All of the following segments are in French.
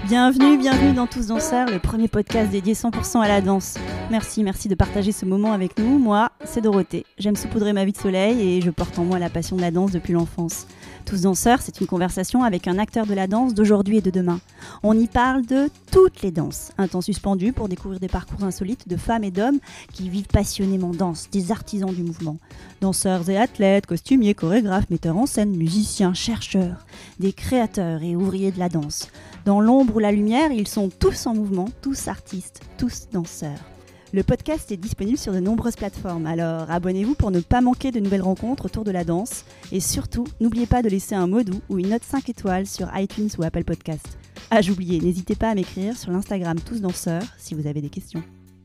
Bienvenue dans Tous Danseurs, le premier podcast dédié 100% à la danse. Merci de partager ce moment avec nous. Moi, c'est Dorothée. J'aime saupoudrer ma vie de soleil et je porte en moi la passion de la danse depuis l'enfance. Tous Danseurs, c'est une conversation avec un acteur de la danse d'aujourd'hui et de demain. On y parle de toutes les danses. Un temps suspendu pour découvrir des parcours insolites de femmes et d'hommes qui vivent passionnément danse, des artisans du mouvement. Danseurs et athlètes, costumiers, chorégraphes, metteurs en scène, musiciens, chercheurs, des créateurs et ouvriers de la danse. Dans l'ombre ou la lumière, ils sont tous en mouvement, tous artistes, tous danseurs. Le podcast est disponible sur de nombreuses plateformes, alors abonnez-vous pour ne pas manquer de nouvelles rencontres autour de la danse. Et surtout, n'oubliez pas de laisser un mot doux ou une note 5 étoiles sur iTunes ou Apple Podcast. Ah, j'oubliais, n'hésitez pas à m'écrire sur l'Instagram Tous Danseurs si vous avez des questions.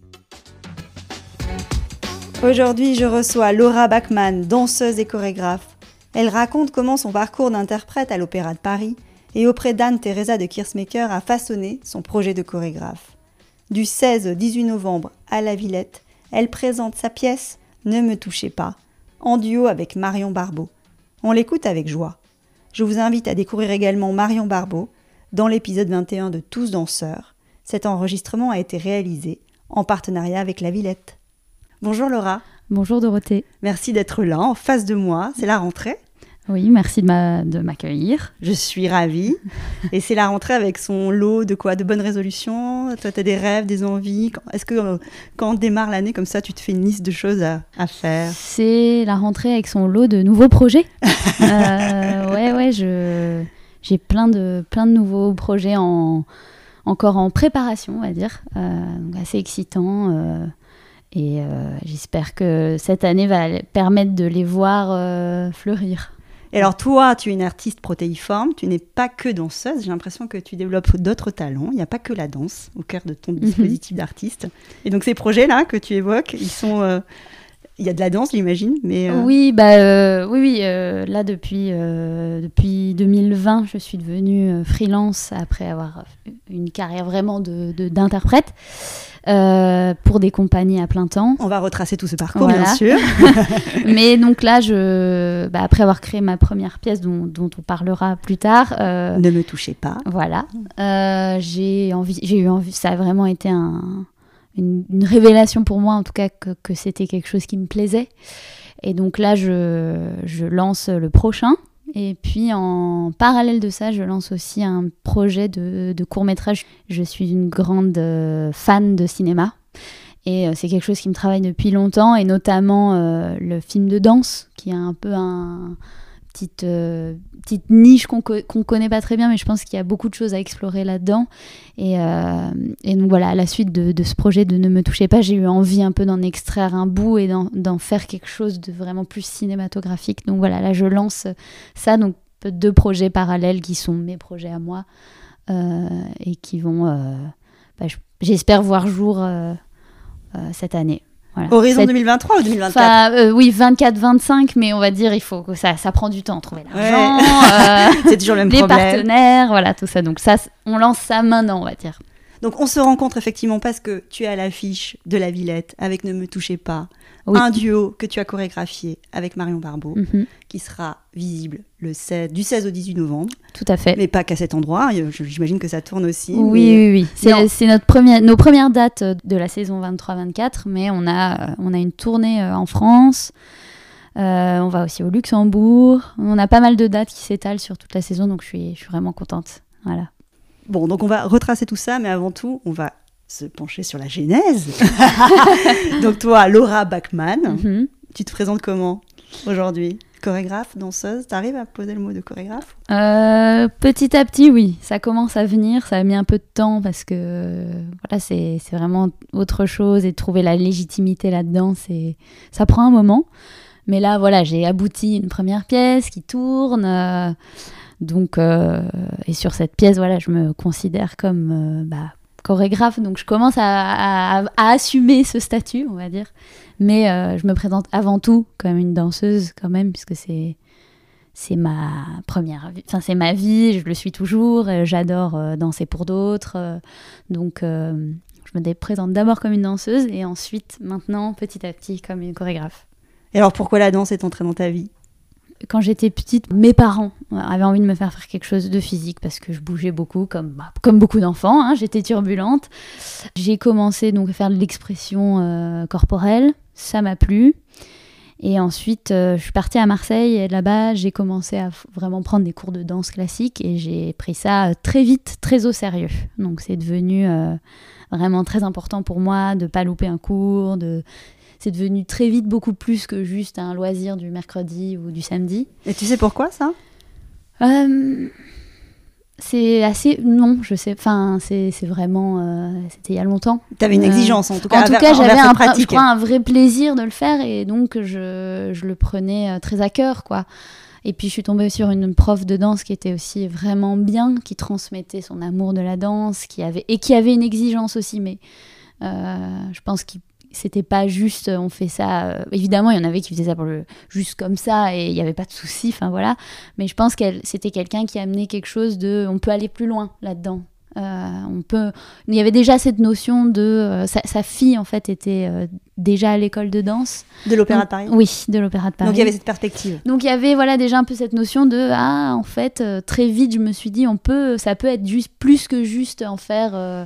Aujourd'hui, je reçois Laura Bachmann, danseuse et chorégraphe. Elle raconte comment son parcours d'interprète à l'Opéra de Paris et auprès d'Anne-Theresa de Keersmaeker a façonné son projet de chorégraphe. Du 16 au 18 novembre à la Villette, elle présente sa pièce « Ne me touchez pas » en duo avec Marion Barbeau. On l'écoute avec joie. Je vous invite à découvrir également Marion Barbeau dans l'épisode 21 de Tous Danseurs. Cet enregistrement a été réalisé en partenariat avec la Villette. Bonjour Laura. Bonjour Dorothée. Merci d'être là, en face de moi. C'est la rentrée. Oui, merci de m'accueillir. Je suis ravie. Et c'est la rentrée avec son lot de quoi? De bonnes résolutions? Toi, tu as des rêves, des envies? Est-ce que quand on démarre l'année comme ça, tu te fais une liste de choses à faire? C'est la rentrée avec son lot de nouveaux projets. J'ai plein de nouveaux projets encore en préparation, on va dire. Donc assez excitant. Et j'espère que cette année va permettre de les voir fleurir. Et alors toi, tu es une artiste protéiforme, tu n'es pas que danseuse, j'ai l'impression que tu développes d'autres talents, il n'y a pas que la danse au cœur de ton dispositif d'artiste. Et donc ces projets-là que tu évoques, ils sont... Il y a de la danse, j'imagine, mais... Oui, là, depuis 2020, je suis devenue freelance après avoir une carrière vraiment d'interprète pour des compagnies à plein temps. On va retracer tout ce parcours, voilà. Bien sûr. Mais donc là, après avoir créé ma première pièce dont on parlera plus tard... Ne me touchez pas. Voilà. J'ai eu envie, ça a vraiment été une révélation pour moi, en tout cas, que c'était quelque chose qui me plaisait. Et donc là, je lance le prochain. Et puis, en parallèle de ça, je lance aussi un projet de court-métrage. Je suis une grande fan de cinéma. Et c'est quelque chose qui me travaille depuis longtemps, et notamment le film de danse, qui est un peu petite niche qu'on connaît pas très bien, mais je pense qu'il y a beaucoup de choses à explorer là-dedans. Et donc voilà, à la suite de ce projet de Ne me touchez pas, j'ai eu envie un peu d'en extraire un bout et d'en faire quelque chose de vraiment plus cinématographique. Donc voilà, là je lance ça, donc 2 projets parallèles qui sont mes projets à moi et qui vont, j'espère, voir jour cette année. Voilà. Horizon 2023 ou 2024? Oui, 24-25, mais on va dire, il faut que ça prend du temps, trouver l'argent, c'est toujours le même les problème. partenaires, voilà, tout ça. Donc ça, on lance ça maintenant, on va dire. Donc on se rencontre effectivement parce que tu es à l'affiche de la Villette avec Ne me touchez pas, oui. Un duo que tu as chorégraphié avec Marion Barbeau, qui sera visible du 16 au 18 novembre. Tout à fait. Mais pas qu'à cet endroit, j'imagine que ça tourne aussi. Oui. C'est nos premières dates de la saison 23-24, mais on a une tournée en France. On va aussi au Luxembourg. On a pas mal de dates qui s'étalent sur toute la saison, donc je suis vraiment contente. Voilà. Bon, donc on va retracer tout ça, mais avant tout, on va se pencher sur la genèse. Donc toi, Laura Bachmann, tu te présentes comment aujourd'hui? Chorégraphe, danseuse, t'arrives à poser le mot de chorégraphe? Petit à petit, oui. Ça commence à venir, ça a mis un peu de temps parce que voilà, c'est vraiment autre chose, et de trouver la légitimité là-dedans, ça prend un moment. Mais là, voilà, j'ai abouti une première pièce qui tourne. Donc, et sur cette pièce, voilà, je me considère comme chorégraphe, donc je commence à assumer ce statut, on va dire. Mais je me présente avant tout comme une danseuse, quand même, puisque c'est ma première vie, enfin c'est ma vie, je le suis toujours, j'adore danser pour d'autres. Donc, je me présente d'abord comme une danseuse, et ensuite, maintenant, petit à petit, comme une chorégraphe. Et alors, pourquoi la danse est entrée dans ta vie? quand j'étais petite, mes parents avaient envie de me faire quelque chose de physique parce que je bougeais beaucoup, comme beaucoup d'enfants, hein, j'étais turbulente. J'ai commencé donc à faire de l'expression corporelle, ça m'a plu. Et ensuite, je suis partie à Marseille et là-bas, j'ai commencé à vraiment prendre des cours de danse classique et j'ai pris ça très vite, très au sérieux. Donc c'est devenu vraiment très important pour moi de ne pas louper un cours. C'est devenu très vite beaucoup plus que juste un loisir du mercredi ou du samedi. Et tu sais pourquoi ça ? C'est assez... Non, je sais. Enfin, c'est vraiment... c'était il y a longtemps. Tu avais une exigence, en tout cas. En tout cas, j'avais je crois, un vrai plaisir de le faire et donc je le prenais très à cœur, quoi. Et puis, je suis tombée sur une prof de danse qui était aussi vraiment bien, qui transmettait son amour de la danse, qui avait une exigence aussi, mais je pense que c'était pas juste on fait ça, évidemment il y en avait qui faisaient ça juste comme ça et il n'y avait pas de souci, enfin voilà, mais je pense qu'elle c'était quelqu'un qui amenait quelque chose de on peut aller plus loin là-dedans, il y avait déjà cette notion de sa fille en fait était déjà à l'école de danse de l'Opéra de Paris. Oui, de l'Opéra de Paris. Donc il y avait cette perspective. Donc il y avait voilà déjà un peu cette notion de en fait très vite je me suis dit ça peut être juste plus que juste en faire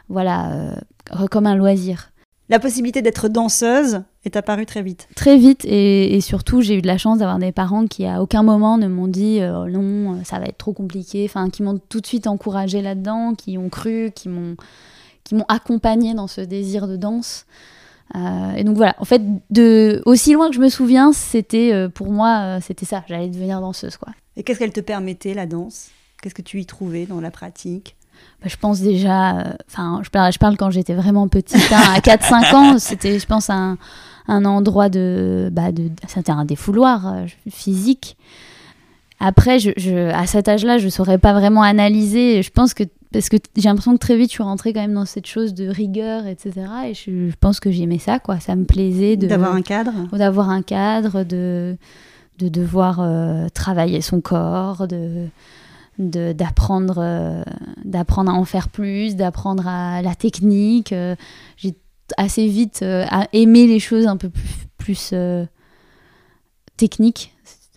comme un loisir. La possibilité d'être danseuse est apparue très vite. Très vite, et surtout, j'ai eu de la chance d'avoir des parents qui, à aucun moment, ne m'ont dit non, ça va être trop compliqué, enfin, qui m'ont tout de suite encouragée là-dedans, qui ont cru, qui m'ont accompagnée dans ce désir de danse. Et donc voilà, en fait, aussi loin que je me souviens, c'était pour moi, c'était ça, j'allais devenir danseuse, quoi. Et qu'est-ce qu'elle te permettait, la danse ? Qu'est-ce que tu y trouvais dans la pratique ? Je pense déjà, je parle quand j'étais vraiment petite, à 4-5 ans, c'était, je pense, un endroit c'était un défouloir physique. Après, à cet âge-là, je ne saurais pas vraiment analyser. Je pense que, parce que j'ai l'impression que très vite, je suis rentrée quand même dans cette chose de rigueur, etc. Et je pense que j'aimais ça, quoi. Ça me plaisait d'avoir un cadre. D'avoir un cadre, de devoir travailler son corps, d'apprendre à en faire plus, d'apprendre à la technique. J'ai assez vite aimé les choses un peu plus techniques.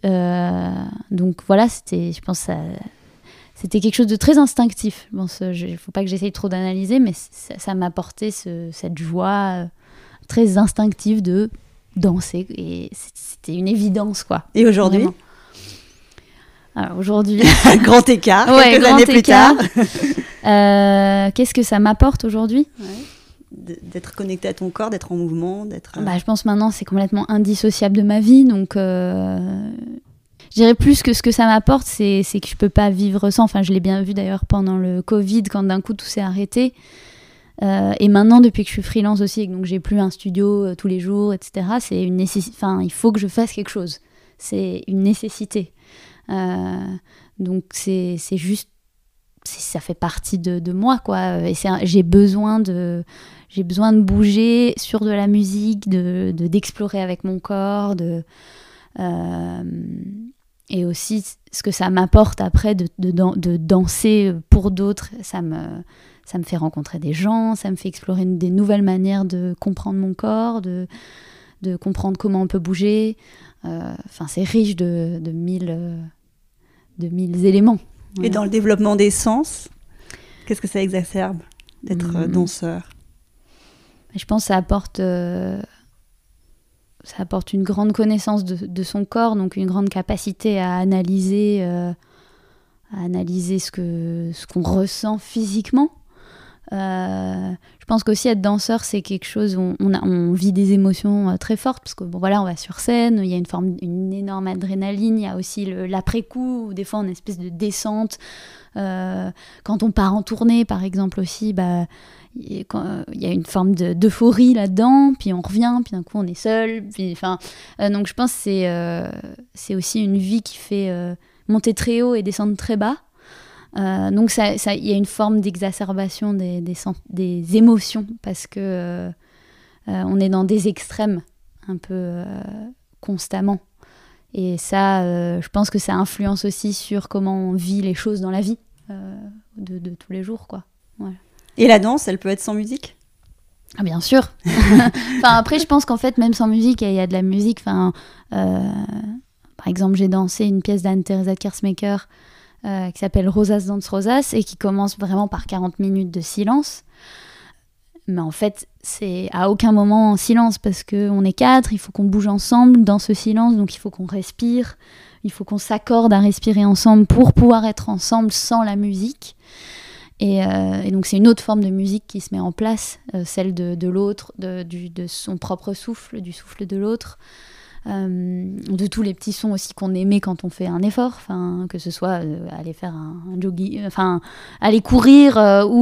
Donc voilà, je pense c'était quelque chose de très instinctif. Il ne faut pas que j'essaye trop d'analyser, mais ça m'a apporté cette joie très instinctive de danser. Et c'était une évidence, quoi. Et aujourd'hui ? Vraiment. Alors aujourd'hui... Grand écart, quelques années plus tard. Qu'est-ce que ça m'apporte aujourd'hui ? D'être connecté à ton corps, d'être en mouvement, d'être... Je pense maintenant c'est complètement indissociable de ma vie, donc je dirais plus que ce que ça m'apporte, c'est que je peux pas vivre sans. Enfin, je l'ai bien vu d'ailleurs pendant le Covid, quand d'un coup tout s'est arrêté. Et maintenant, depuis que je suis freelance aussi, et que donc j'ai plus un studio tous les jours, etc., c'est une nécessité. Enfin, il faut que je fasse quelque chose. C'est une nécessité. Donc c'est juste, ça fait partie de moi, quoi. Et j'ai besoin de bouger sur de la musique, d'explorer avec mon corps, et aussi ce que ça m'apporte après de danser pour d'autres. Ça me fait rencontrer des gens, ça me fait explorer des nouvelles manières de comprendre mon corps, de comprendre comment on peut bouger. C'est riche de mille éléments. Voilà. Et dans le développement des sens, qu'est-ce que ça exacerbe d'être danseur ? Je pense que ça apporte une grande connaissance de son corps, donc une grande capacité à analyser ce qu'on ressent physiquement. Je pense qu'aussi être danseur, c'est quelque chose où on vit des émotions très fortes, parce que on va sur scène, il y a une énorme adrénaline, il y a aussi l'après-coup, où des fois on a une espèce de descente. Quand on part en tournée, par exemple aussi, il y a une forme d'euphorie là-dedans, puis on revient, puis d'un coup on est seul. Donc je pense que c'est aussi une vie qui fait monter très haut et descendre très bas. Donc il y a une forme d'exacerbation des émotions, parce que on est dans des extrêmes un peu constamment. Et ça, je pense que ça influence aussi sur comment on vit les choses dans la vie de tous les jours, quoi. Voilà. Et la danse, elle peut être sans musique ? Ah, bien sûr. Après, je pense qu'en fait, même sans musique, il y a de la musique. Par par exemple, j'ai dansé une pièce d'Anne-Theresa Kersmaker qui s'appelle Rosas Dance Rosas et qui commence vraiment par 40 minutes de silence. Mais en fait, c'est à aucun moment en silence parce qu'on est 4, il faut qu'on bouge ensemble dans ce silence, donc il faut qu'on respire, il faut qu'on s'accorde à respirer ensemble pour pouvoir être ensemble sans la musique. Et donc c'est une autre forme de musique qui se met en place, celle de l'autre, de son propre souffle, du souffle de l'autre, de tous les petits sons aussi qu'on émet quand on fait un effort, que ce soit aller faire un jogging, aller courir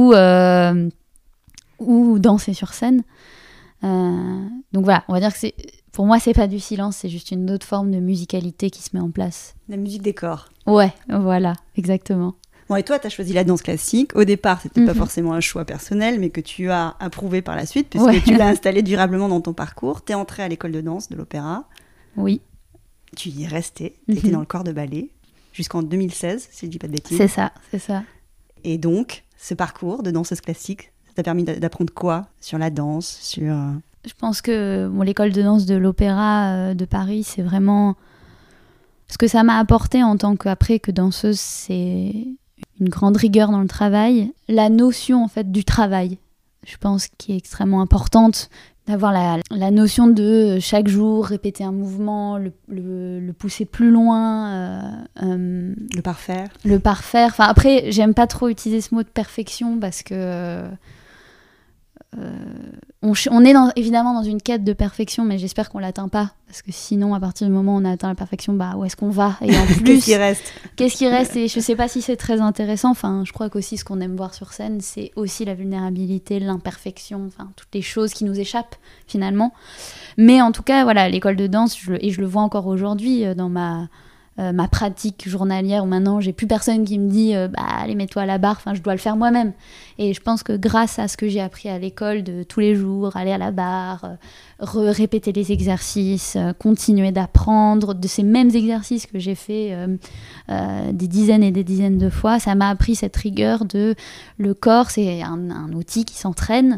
ou danser sur scène. Donc voilà, on va dire que pour moi c'est pas du silence, c'est juste une autre forme de musicalité qui se met en place. La musique des corps. Ouais, voilà, exactement. Bon, et toi, tu as choisi la danse classique. Au départ, c'était pas forcément un choix personnel, mais que tu as approuvé par la suite, puisque tu l'as installé durablement dans ton parcours. Tu es entrée à l'école de danse de l'Opéra. Oui. Tu y es restée. Tu étais dans le corps de ballet jusqu'en 2016, si je dis pas de bêtises. C'est ça. Et donc, ce parcours de danseuse classique, ça t'a permis d'apprendre quoi sur la danse, sur... Je pense que l'école de danse de l'Opéra de Paris, c'est vraiment... Ce que ça m'a apporté en tant que danseuse, c'est une grande rigueur dans le travail. La notion, en fait, du travail, je pense, qui est extrêmement importante. D'avoir la notion de chaque jour répéter un mouvement, le pousser plus loin. Le parfaire. Le parfaire. Enfin, après, j'aime pas trop utiliser ce mot de perfection parce que... on est évidemment dans une quête de perfection, mais j'espère qu'on l'atteint pas, parce que sinon, à partir du moment où on a atteint la perfection, où est-ce qu'on va? Et en plus, qu'est-ce qui reste? Et je sais pas si c'est très intéressant. Enfin, je crois qu'aussi ce qu'on aime voir sur scène, c'est aussi la vulnérabilité, l'imperfection, toutes les choses qui nous échappent finalement. Mais en tout cas, voilà, l'école de danse, je le vois encore aujourd'hui dans ma pratique journalière où maintenant j'ai plus personne qui me dit allez mets-toi à la barre, je dois le faire moi-même. Et je pense que grâce à ce que j'ai appris à l'école de tous les jours, aller à la barre, répéter les exercices, continuer d'apprendre de ces mêmes exercices que j'ai fait des dizaines et des dizaines de fois, ça m'a appris cette rigueur de le corps, c'est un outil qui s'entraîne.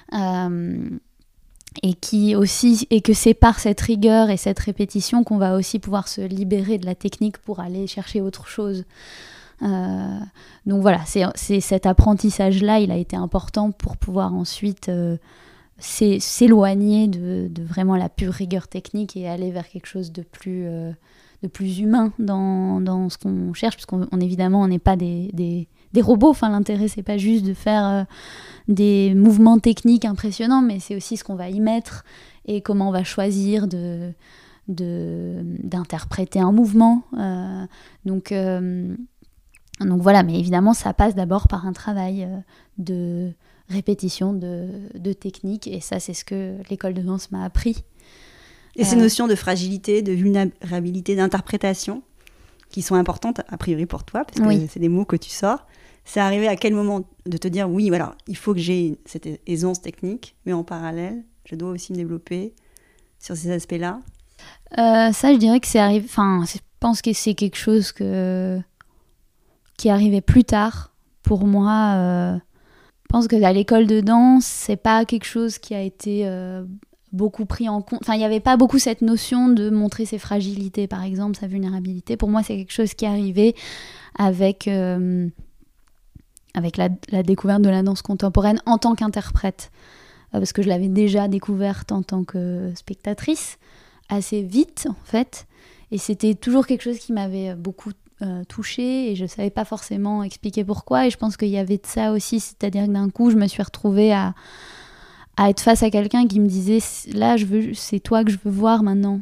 Et que c'est par cette rigueur et cette répétition qu'on va aussi pouvoir se libérer de la technique pour aller chercher autre chose. Donc voilà, c'est cet apprentissage-là, il a été important pour pouvoir ensuite s'éloigner de vraiment la pure rigueur technique et aller vers quelque chose de plus humain dans ce qu'on cherche, parce qu'on évidemment on n'est pas des robots. L'intérêt c'est pas juste de faire des mouvements techniques impressionnants, mais c'est aussi ce qu'on va y mettre et comment on va choisir d'interpréter un mouvement. Donc voilà, mais évidemment ça passe d'abord par un travail de répétition, de technique, et ça c'est ce que l'école de danse m'a appris. Et ces notions de fragilité, de vulnérabilité, d'interprétation, qui sont importantes a priori pour toi, parce que c'est des mots que tu sors. C'est arrivé à quel moment de te dire, oui, voilà, il faut que j'ai cette aisance technique, mais en parallèle, je dois aussi me développer sur ces aspects-là? Ça, je dirais que c'est arrivé... je pense que c'est quelque chose qui est arrivé plus tard. Pour moi, je pense qu'à l'école de danse, c'est pas quelque chose qui a été beaucoup pris en compte. Il n'y avait pas beaucoup cette notion de montrer ses fragilités, par exemple, sa vulnérabilité. Pour moi, c'est quelque chose qui est arrivé avec la découverte de la danse contemporaine en tant qu'interprète. Parce que je l'avais déjà découverte en tant que spectatrice, assez vite en fait. Et c'était toujours quelque chose qui m'avait beaucoup touchée, et je ne savais pas forcément expliquer pourquoi. Et je pense qu'il y avait de ça aussi, c'est-à-dire que d'un coup, je me suis retrouvée à être face à quelqu'un qui me disait « Là, c'est toi que je veux voir maintenant.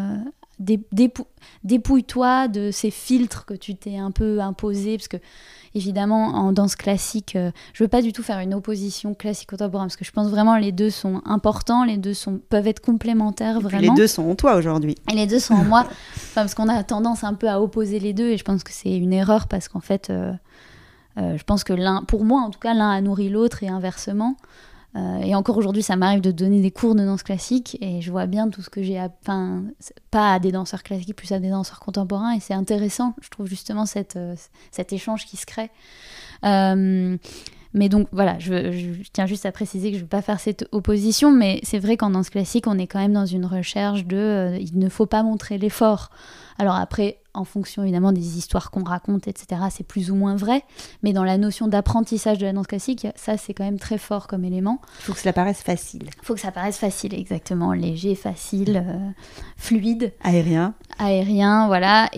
Dépouille-toi de ces filtres que tu t'es un peu imposés. » Parce que évidemment, en danse classique, je veux pas du tout faire une opposition classique-contemporain, parce que je pense vraiment les deux sont importants, les deux peuvent être complémentaires, vraiment. Et les deux sont en toi aujourd'hui. Et les deux sont en moi, parce qu'on a tendance un peu à opposer les deux, et je pense que c'est une erreur, parce qu'en fait, je pense que pour moi en tout cas, l'un a nourri l'autre et inversement. Et encore aujourd'hui, ça m'arrive de donner des cours de danse classique, et je vois bien tout ce que j'ai pas à des danseurs classiques, plus à des danseurs contemporains, et c'est intéressant, je trouve, justement cet échange qui se crée. Mais donc voilà, je tiens juste à préciser que je ne veux pas faire cette opposition, mais c'est vrai qu'en danse classique, on est quand même dans une recherche il ne faut pas montrer l'effort. Alors après, en fonction évidemment des histoires qu'on raconte, etc., c'est plus ou moins vrai, mais dans la notion d'apprentissage de la danse classique, ça c'est quand même très fort comme élément. Il faut que cela paraisse facile. Il faut que ça paraisse facile, exactement, léger, facile, fluide. Aérien, voilà.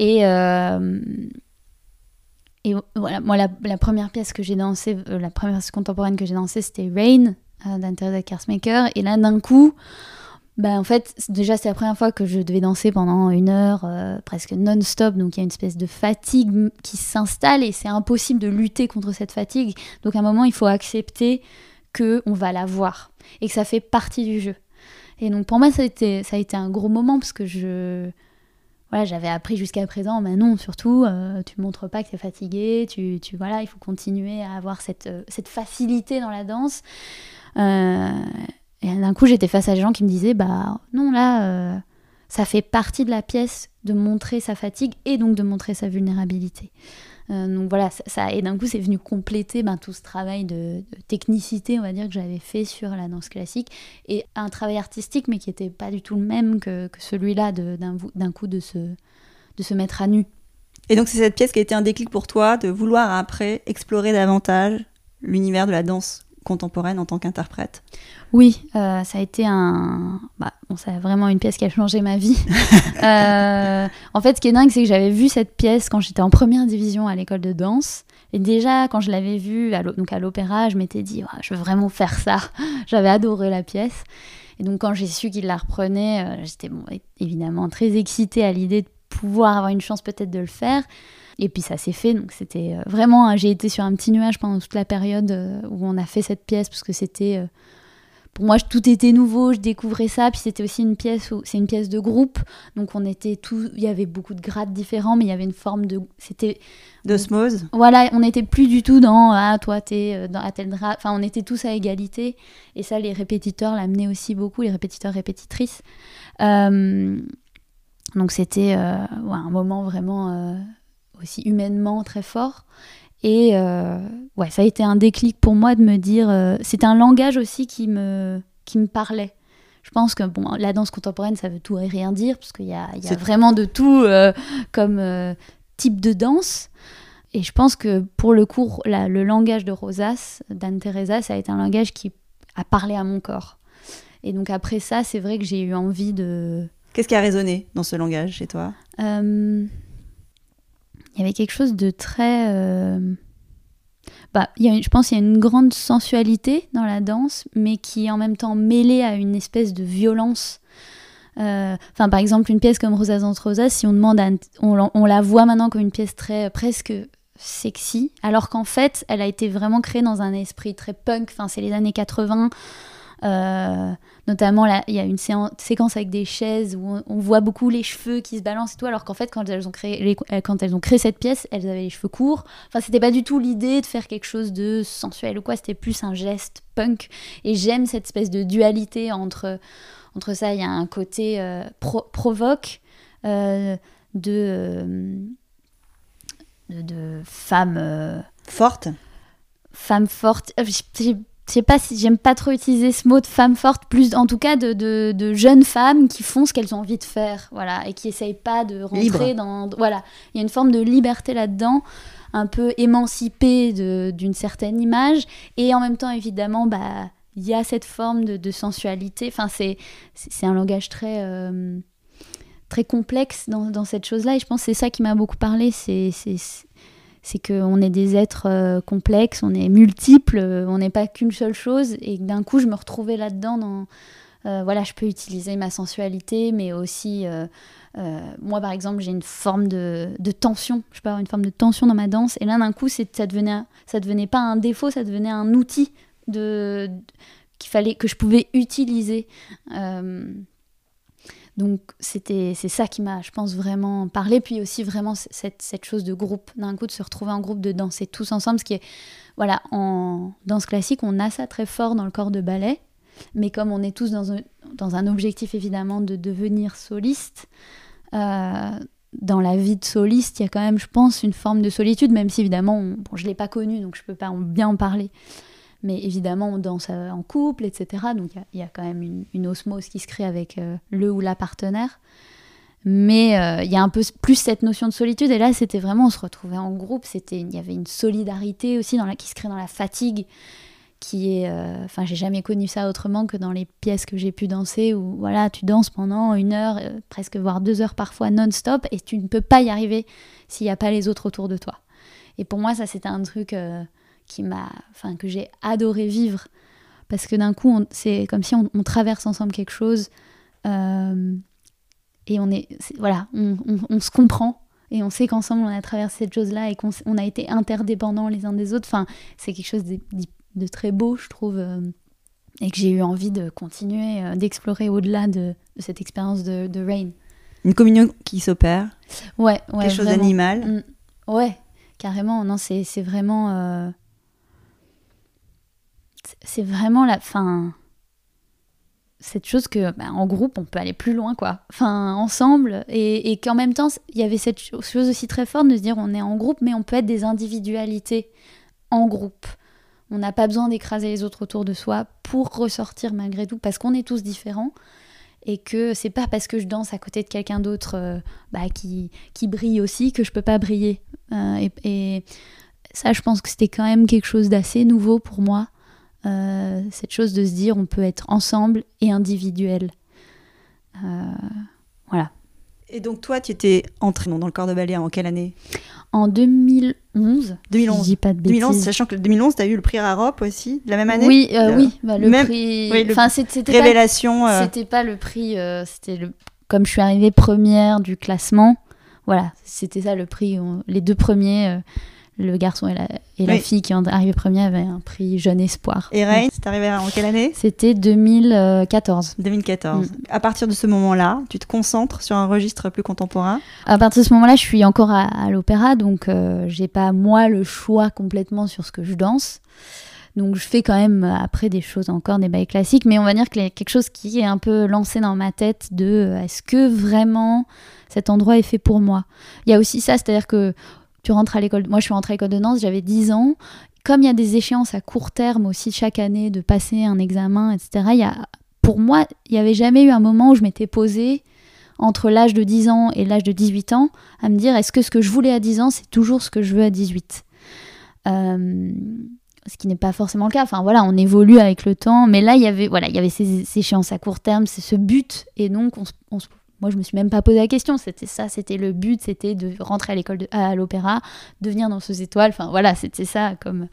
Et voilà, moi, la première pièce que j'ai dansée, la première pièce contemporaine que j'ai dansée, c'était Rain, d'Anne-Thérèse Kersmaker. Et là, d'un coup, en fait, déjà, c'est la première fois que je devais danser pendant 1 heure, presque non-stop. Donc, il y a une espèce de fatigue qui s'installe et c'est impossible de lutter contre cette fatigue. Donc, à un moment, il faut accepter qu'on va la voir et que ça fait partie du jeu. Et donc, pour moi, ça a été un gros moment parce que j'avais appris jusqu'à présent, mais non, surtout, tu montres pas que tu es fatigué, voilà, il faut continuer à avoir cette facilité dans la danse. Et d'un coup, j'étais face à des gens qui me disaient, non, là, ça fait partie de la pièce de montrer sa fatigue et donc de montrer sa vulnérabilité. Donc voilà, et d'un coup, c'est venu compléter tout ce travail de technicité, on va dire, que j'avais fait sur la danse classique, et un travail artistique, mais qui n'était pas du tout le même que celui-là, d'un coup de se mettre à nu. Et donc, c'est cette pièce qui a été un déclic pour toi, de vouloir après explorer davantage l'univers de la danse contemporaine en tant qu'interprète? Oui, ça a été c'est vraiment une pièce qui a changé ma vie. En fait, ce qui est dingue, c'est que j'avais vu cette pièce quand j'étais en première division à l'école de danse. Et déjà, quand je l'avais vue à l'opéra, je m'étais dit, je veux vraiment faire ça. J'avais adoré la pièce. Et donc, quand j'ai su qu'il la reprenait, j'étais évidemment très excitée à l'idée de pouvoir avoir une chance peut-être de le faire. Et puis ça s'est fait, donc c'était vraiment, j'ai été sur un petit nuage pendant toute la période où on a fait cette pièce, parce que c'était, pour moi, tout était nouveau, je découvrais ça, puis c'était aussi c'est une pièce de groupe, donc il y avait beaucoup de grades différents, mais il y avait une forme d'osmose. Voilà, on n'était plus du tout dans, toi t'es à tel grade, enfin on était tous à égalité, et ça les répétiteurs l'amenaient aussi beaucoup, les répétiteurs, répétitrices. Donc c'était un moment vraiment... aussi humainement très fort. Et ça a été un déclic pour moi de me dire... c'était un langage aussi qui me parlait. Je pense que la danse contemporaine, ça veut tout et rien dire, parce qu'il y a vraiment de tout comme type de danse. Et je pense que pour le coup, le langage de Rosas, d'Anne-Thérèse, ça a été un langage qui a parlé à mon corps. Et donc après ça, c'est vrai que j'ai eu envie de... Qu'est-ce qui a résonné dans ce langage chez toi ? Il y avait quelque chose de très... je pense qu'il y a une grande sensualité dans la danse, mais qui est en même temps mêlée à une espèce de violence. Par exemple, une pièce comme Rosas entre Rosas, si on demande on la voit maintenant comme une pièce très presque sexy, alors qu'en fait, elle a été vraiment créée dans un esprit très punk. C'est les années 80. Notamment là, il y a une séquence avec des chaises où on voit beaucoup les cheveux qui se balancent et tout, alors qu'en fait quand elles ont créé cette pièce, elles avaient les cheveux courts. C'était pas du tout l'idée de faire quelque chose de sensuel ou quoi, c'était plus un geste punk. Et j'aime cette espèce de dualité entre ça. Il y a un côté provoque de femme forte. Je sais pas si j'aime pas trop utiliser ce mot de femme forte, plus en tout cas de jeunes femmes qui font ce qu'elles ont envie de faire, voilà, et qui essayent pas de rentrer dans... Voilà, il y a une forme de liberté là-dedans, un peu émancipée d'une certaine image, et en même temps, évidemment, il y a cette forme de sensualité. C'est un langage très, très complexe dans cette chose-là, et je pense que c'est ça qui m'a beaucoup parlé, c'est qu'on est des êtres complexes, on est multiples, on n'est pas qu'une seule chose, et d'un coup je me retrouvais là-dedans je peux utiliser ma sensualité, mais aussi moi par exemple j'ai une forme de tension, je peux avoir une forme de tension dans ma danse, et là d'un coup ça devenait pas un défaut, ça devenait un outil que je pouvais utiliser. Donc c'est ça qui m'a, je pense, vraiment parlé. Puis aussi vraiment cette chose de groupe, d'un coup de se retrouver en groupe, de danser tous ensemble. Ce qui est, en danse classique, on a ça très fort dans le corps de ballet. Mais comme on est tous dans un objectif évidemment de devenir soliste, dans la vie de soliste, il y a quand même, je pense, une forme de solitude, même si évidemment, je ne l'ai pas connue, donc je ne peux pas bien en parler. Mais évidemment, on danse en couple, etc. Donc il y a quand même une osmose qui se crée avec le ou la partenaire. Mais il y a un peu plus cette notion de solitude. Et là, c'était vraiment, on se retrouvait en groupe. Il y avait une solidarité aussi qui se crée dans la fatigue, qui est... Enfin, j'ai jamais connu ça autrement que dans les pièces que j'ai pu danser, où voilà, tu danses pendant 1 heure, presque voire 2 heures parfois non-stop, et tu ne peux pas y arriver s'il n'y a pas les autres autour de toi. Et pour moi, ça, c'était un truc que j'ai adoré vivre, parce que d'un coup, c'est comme si on traverse ensemble quelque chose, et on se comprend, et on sait qu'ensemble, on a traversé cette chose-là, et qu'on a été interdépendants les uns des autres. Enfin, c'est quelque chose de très beau, je trouve, et que j'ai eu envie de continuer d'explorer au-delà de cette expérience de Rain. Une communion qui s'opère. Ouais, quelque chose d'animal. Ouais, carrément. Non, c'est vraiment... c'est vraiment la fin. Cette chose que, en groupe, on peut aller plus loin, quoi. Enfin, ensemble. Et qu'en même temps, il y avait cette chose aussi très forte de se dire on est en groupe, mais on peut être des individualités en groupe. On n'a pas besoin d'écraser les autres autour de soi pour ressortir malgré tout, parce qu'on est tous différents. Et que c'est pas parce que je danse à côté de quelqu'un d'autre qui brille aussi que je peux pas briller. Et ça, je pense que c'était quand même quelque chose d'assez nouveau pour moi. Cette chose de se dire on peut être ensemble et individuel. Voilà. Et donc toi, tu étais entrée dans le corps de ballet en quelle année ? En 2011. 2011. Je dis pas de bêtises. 2011, sachant que 2011, tu as eu le prix Rarop aussi, de la même année ? Oui, le prix... Oui, c'était Révélation. C'était pas le prix... Comme je suis arrivée première du classement, voilà, c'était ça le prix. Les 2 premiers... Le garçon et la fille qui sont arrivés premiers avaient un prix Jeune Espoir. Et Rain, c'est arrivé en quelle année ? C'était 2014. 2014. À partir de ce moment-là, tu te concentres sur un registre plus contemporain ? À partir de ce moment-là, je suis encore à l'opéra, donc j'ai pas, moi, le choix complètement sur ce que je danse. Donc je fais quand même, après, des choses encore, des ballets classiques, mais on va dire qu'il y a quelque chose qui est un peu lancé dans ma tête de est-ce que vraiment cet endroit est fait pour moi ? Il y a aussi ça, c'est-à-dire que tu rentres à l'école. Moi, je suis rentrée à l'école de danse, j'avais 10 ans. Comme il y a des échéances à court terme aussi chaque année, de passer un examen, etc., pour moi, il n'y avait jamais eu un moment où je m'étais posée entre l'âge de 10 ans et l'âge de 18 ans à me dire est-ce que ce que je voulais à 10 ans, c'est toujours ce que je veux à 18 ? Ce qui n'est pas forcément le cas. Enfin, voilà, on évolue avec le temps. Mais là, il y avait ces échéances à court terme, c'est ce but. Et donc, moi, je me suis même pas posé la question. C'était le but, c'était de rentrer à l'opéra, devenir danseuse étoile. Enfin, voilà, c'était ça,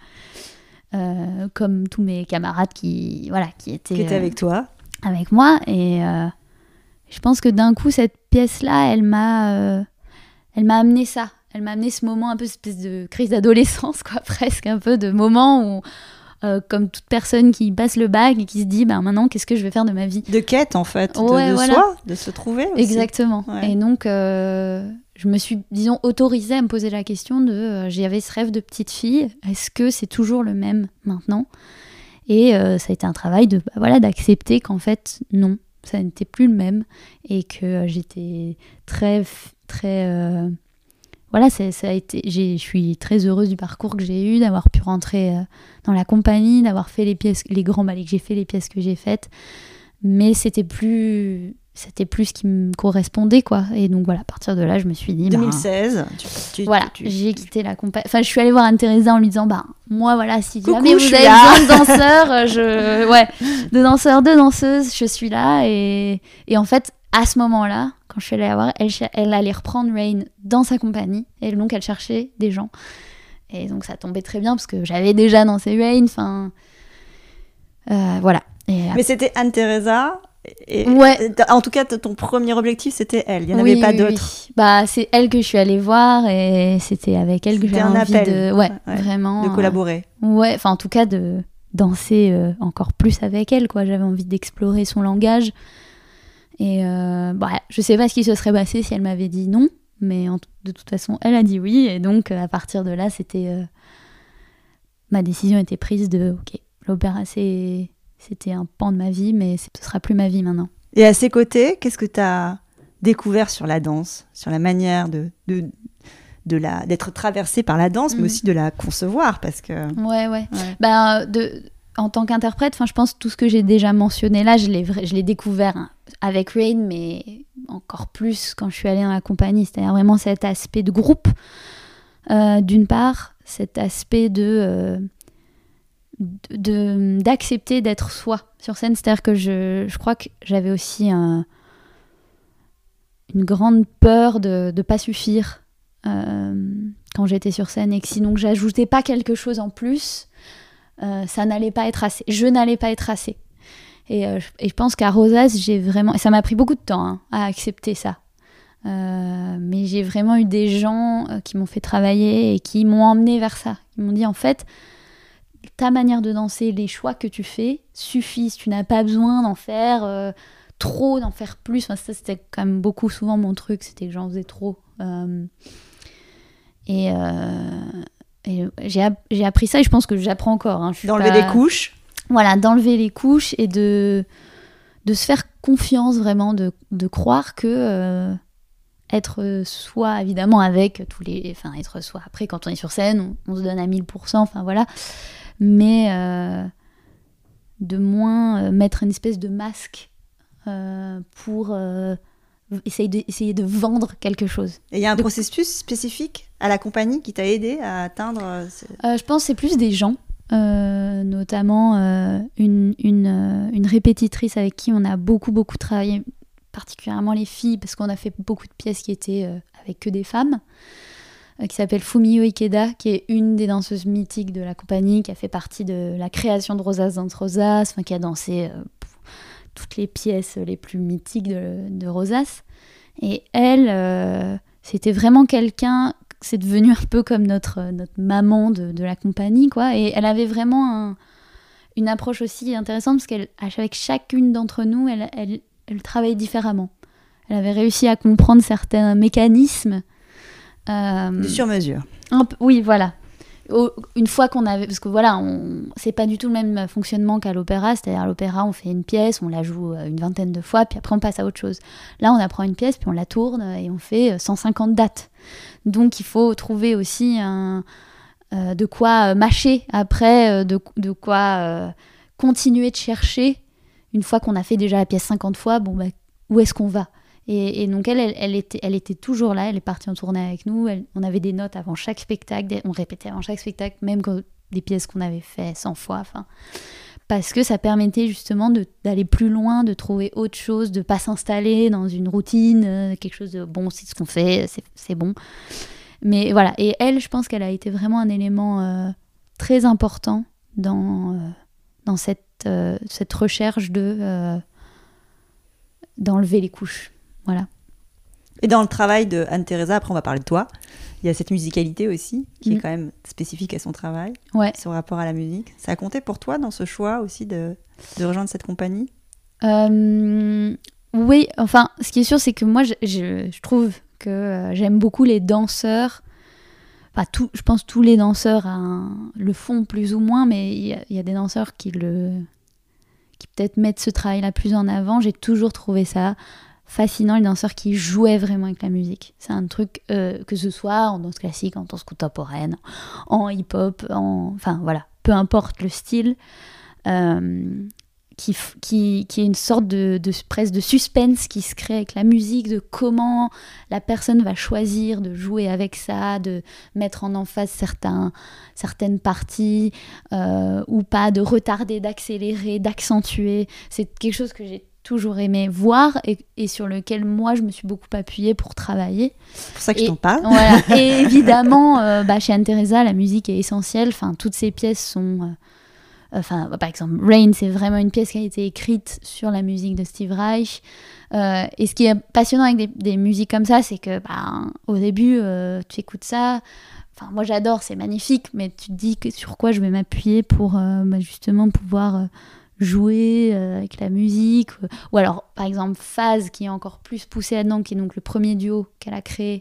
comme tous mes camarades qui étaient avec toi. Avec moi. Et je pense que d'un coup, cette pièce-là, elle m'a amené ça. Elle m'a amené ce moment, un peu cette espèce de crise d'adolescence, quoi, presque, un peu de moment où... comme toute personne qui passe le bac et qui se dit maintenant qu'est-ce que je vais faire de ma vie, de quête en fait, de voilà. soi, de se trouver aussi. Exactement. Ouais. Et donc je me suis, disons, autorisée à me poser la question de j'avais ce rêve de petite fille, est-ce que c'est toujours le même maintenant ? Et ça a été un travail d'accepter qu'en fait non, ça n'était plus le même, et que j'étais très ça a été. Je suis très heureuse du parcours que j'ai eu, d'avoir pu rentrer dans la compagnie, d'avoir fait les grands ballets que j'ai fait, les pièces que j'ai faites. Mais c'était plus ce qui me correspondait, quoi. Et donc voilà, à partir de là, je me suis dit... 2016, j'ai quitté la compagnie. Enfin, je suis allée voir Anne-Thérèse en lui disant, moi, voilà, si jamais vous avez besoin de danseurs, de danseurs, de danseuses, je suis là. Et en fait, à ce moment-là, quand je suis allée la voir, elle allait reprendre Rain dans sa compagnie, et donc elle cherchait des gens. Et donc ça tombait très bien, parce que j'avais déjà dansé Rain, enfin... voilà. Mais c'était Anne-Thérèse. En tout cas, ton premier objectif, c'était elle. Il n'y en avait pas d'autres. Oui. C'est elle que je suis allée voir, et c'était avec elle que j'avais envie vraiment de collaborer. Enfin, en tout cas, de danser encore plus avec elle, quoi. J'avais envie d'explorer son langage. Et je sais pas ce qui se serait passé si elle m'avait dit non, mais de toute façon, elle a dit oui. Et donc, à partir de là, ma décision était prise de ok, l'opéra, c'était un pan de ma vie, mais ce sera plus ma vie maintenant. Et à ses côtés, qu'est-ce que tu as découvert sur la danse, sur la manière d'être traversée par la danse, mais aussi de la concevoir, parce que... Ouais. En tant qu'interprète, je pense que tout ce que j'ai déjà mentionné là, je l'ai découvert avec Rain, mais encore plus quand je suis allée dans la compagnie. C'est-à-dire vraiment cet aspect de groupe, d'une part, cet aspect d'accepter d'être soi sur scène. C'est-à-dire que je crois que j'avais aussi une grande peur de ne pas suffire quand j'étais sur scène, et que si donc j'ajoutais pas quelque chose en plus, ça n'allait pas être assez. Je n'allais pas être assez. Et je pense qu'à Rosas, j'ai vraiment... Et ça m'a pris beaucoup de temps à accepter ça. Mais j'ai vraiment eu des gens qui m'ont fait travailler et qui m'ont emmené vers ça. Ils m'ont dit, en fait, ta manière de danser, les choix que tu fais suffisent. Tu n'as pas besoin d'en faire trop, d'en faire plus. Enfin, ça, c'était quand même beaucoup, souvent mon truc. C'était que j'en faisais trop. Et j'ai appris ça, et je pense que j'apprends encore. D'enlever les couches. Voilà, d'enlever les couches et de se faire confiance vraiment, de croire que être soi, évidemment, avec tous les... Enfin, être soi. Après, quand on est sur scène, on se donne à 1000%, enfin voilà. Mais de moins mettre une espèce de masque pour... essayer de vendre quelque chose. Et il y a un processus spécifique à la compagnie qui t'a aidé à atteindre... je pense que c'est plus des gens, notamment une répétitrice avec qui on a beaucoup travaillé, particulièrement les filles, parce qu'on a fait beaucoup de pièces qui étaient avec que des femmes, qui s'appelle Fumio Ikeda, qui est une des danseuses mythiques de la compagnie, qui a fait partie de la création de Rosas Dance Rosas, qui a dansé... toutes les pièces les plus mythiques de Rosas. Et elle, c'était vraiment quelqu'un, c'est devenu un peu comme notre maman de la compagnie, quoi. Et elle avait vraiment une approche aussi intéressante, parce qu'avec chacune d'entre nous, elle travaillait différemment. Elle avait réussi à comprendre certains mécanismes. De sur-mesure. Oui, voilà. Une fois qu'on avait... Parce que voilà, c'est pas du tout le même fonctionnement qu'à l'opéra. C'est-à-dire à l'opéra, on fait une pièce, on la joue une vingtaine de fois, puis après on passe à autre chose. Là, on apprend une pièce, puis on la tourne, et on fait 150 dates. Donc il faut trouver aussi de quoi mâcher après, de quoi continuer de chercher. Une fois qu'on a fait déjà la pièce 50 fois, où est-ce qu'on va ? Et donc elle était toujours là, elle est partie en tournée avec nous, on avait des notes avant chaque spectacle, on répétait avant chaque spectacle, même des pièces qu'on avait fait 100 fois, parce que ça permettait justement d'aller plus loin, de trouver autre chose, de pas s'installer dans une routine, quelque chose de bon, c'est ce qu'on fait, c'est bon. Mais voilà, et elle, je pense qu'elle a été vraiment un élément très important dans cette recherche d'enlever les couches. Voilà. Et dans le travail de Anne-Theresa, après on va parler de toi, il y a cette musicalité aussi, qui est quand même spécifique à son travail, son rapport à la musique. Ça a compté pour toi dans ce choix aussi de rejoindre cette compagnie ? Oui, enfin, ce qui est sûr, c'est que moi, je trouve que j'aime beaucoup les danseurs. Enfin, je pense que tous les danseurs le font plus ou moins, mais il y a des danseurs qui peut-être mettent ce travail-là plus en avant. J'ai toujours trouvé ça fascinant, les danseurs qui jouaient vraiment avec la musique. C'est un truc, que ce soit en danse classique, en danse contemporaine, en hip-hop, enfin voilà, peu importe le style, qui est une sorte presque de suspense qui se crée avec la musique, de comment la personne va choisir de jouer avec ça, de mettre en emphase certaines parties, ou pas, de retarder, d'accélérer, d'accentuer. C'est quelque chose que j'ai toujours aimé voir et sur lequel moi je me suis beaucoup appuyée pour travailler. C'est pour ça que je t'en parle. Voilà. Et évidemment, chez Anne-Theresa, la musique est essentielle. Enfin, toutes ces pièces sont... par exemple, Rain, c'est vraiment une pièce qui a été écrite sur la musique de Steve Reich. Et ce qui est passionnant avec des musiques comme ça, c'est que au début, tu écoutes ça... Enfin, moi j'adore, c'est magnifique, mais tu te dis sur quoi je vais m'appuyer pour justement pouvoir... jouer avec la musique, ou alors par exemple Phase qui est encore plus poussé là-dedans, qui est donc le premier duo qu'elle a créé,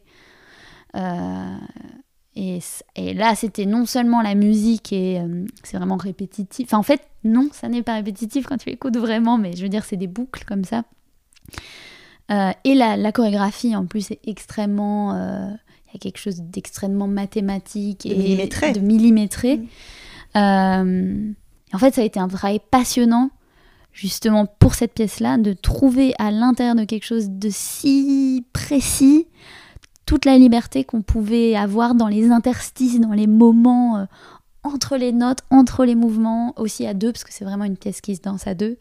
et là c'était non seulement la musique et c'est vraiment répétitif, enfin en fait non, ça n'est pas répétitif quand tu écoutes vraiment, mais je veux dire c'est des boucles comme ça, Et la chorégraphie, en plus, est extrêmement... Il y a quelque chose d'extrêmement mathématique et de millimétré. En fait, ça a été un travail passionnant, justement, pour cette pièce-là, de trouver à l'intérieur de quelque chose de si précis toute la liberté qu'on pouvait avoir dans les interstices, dans les moments entre les notes, entre les mouvements, aussi à deux, parce que c'est vraiment une pièce qui se danse à deux.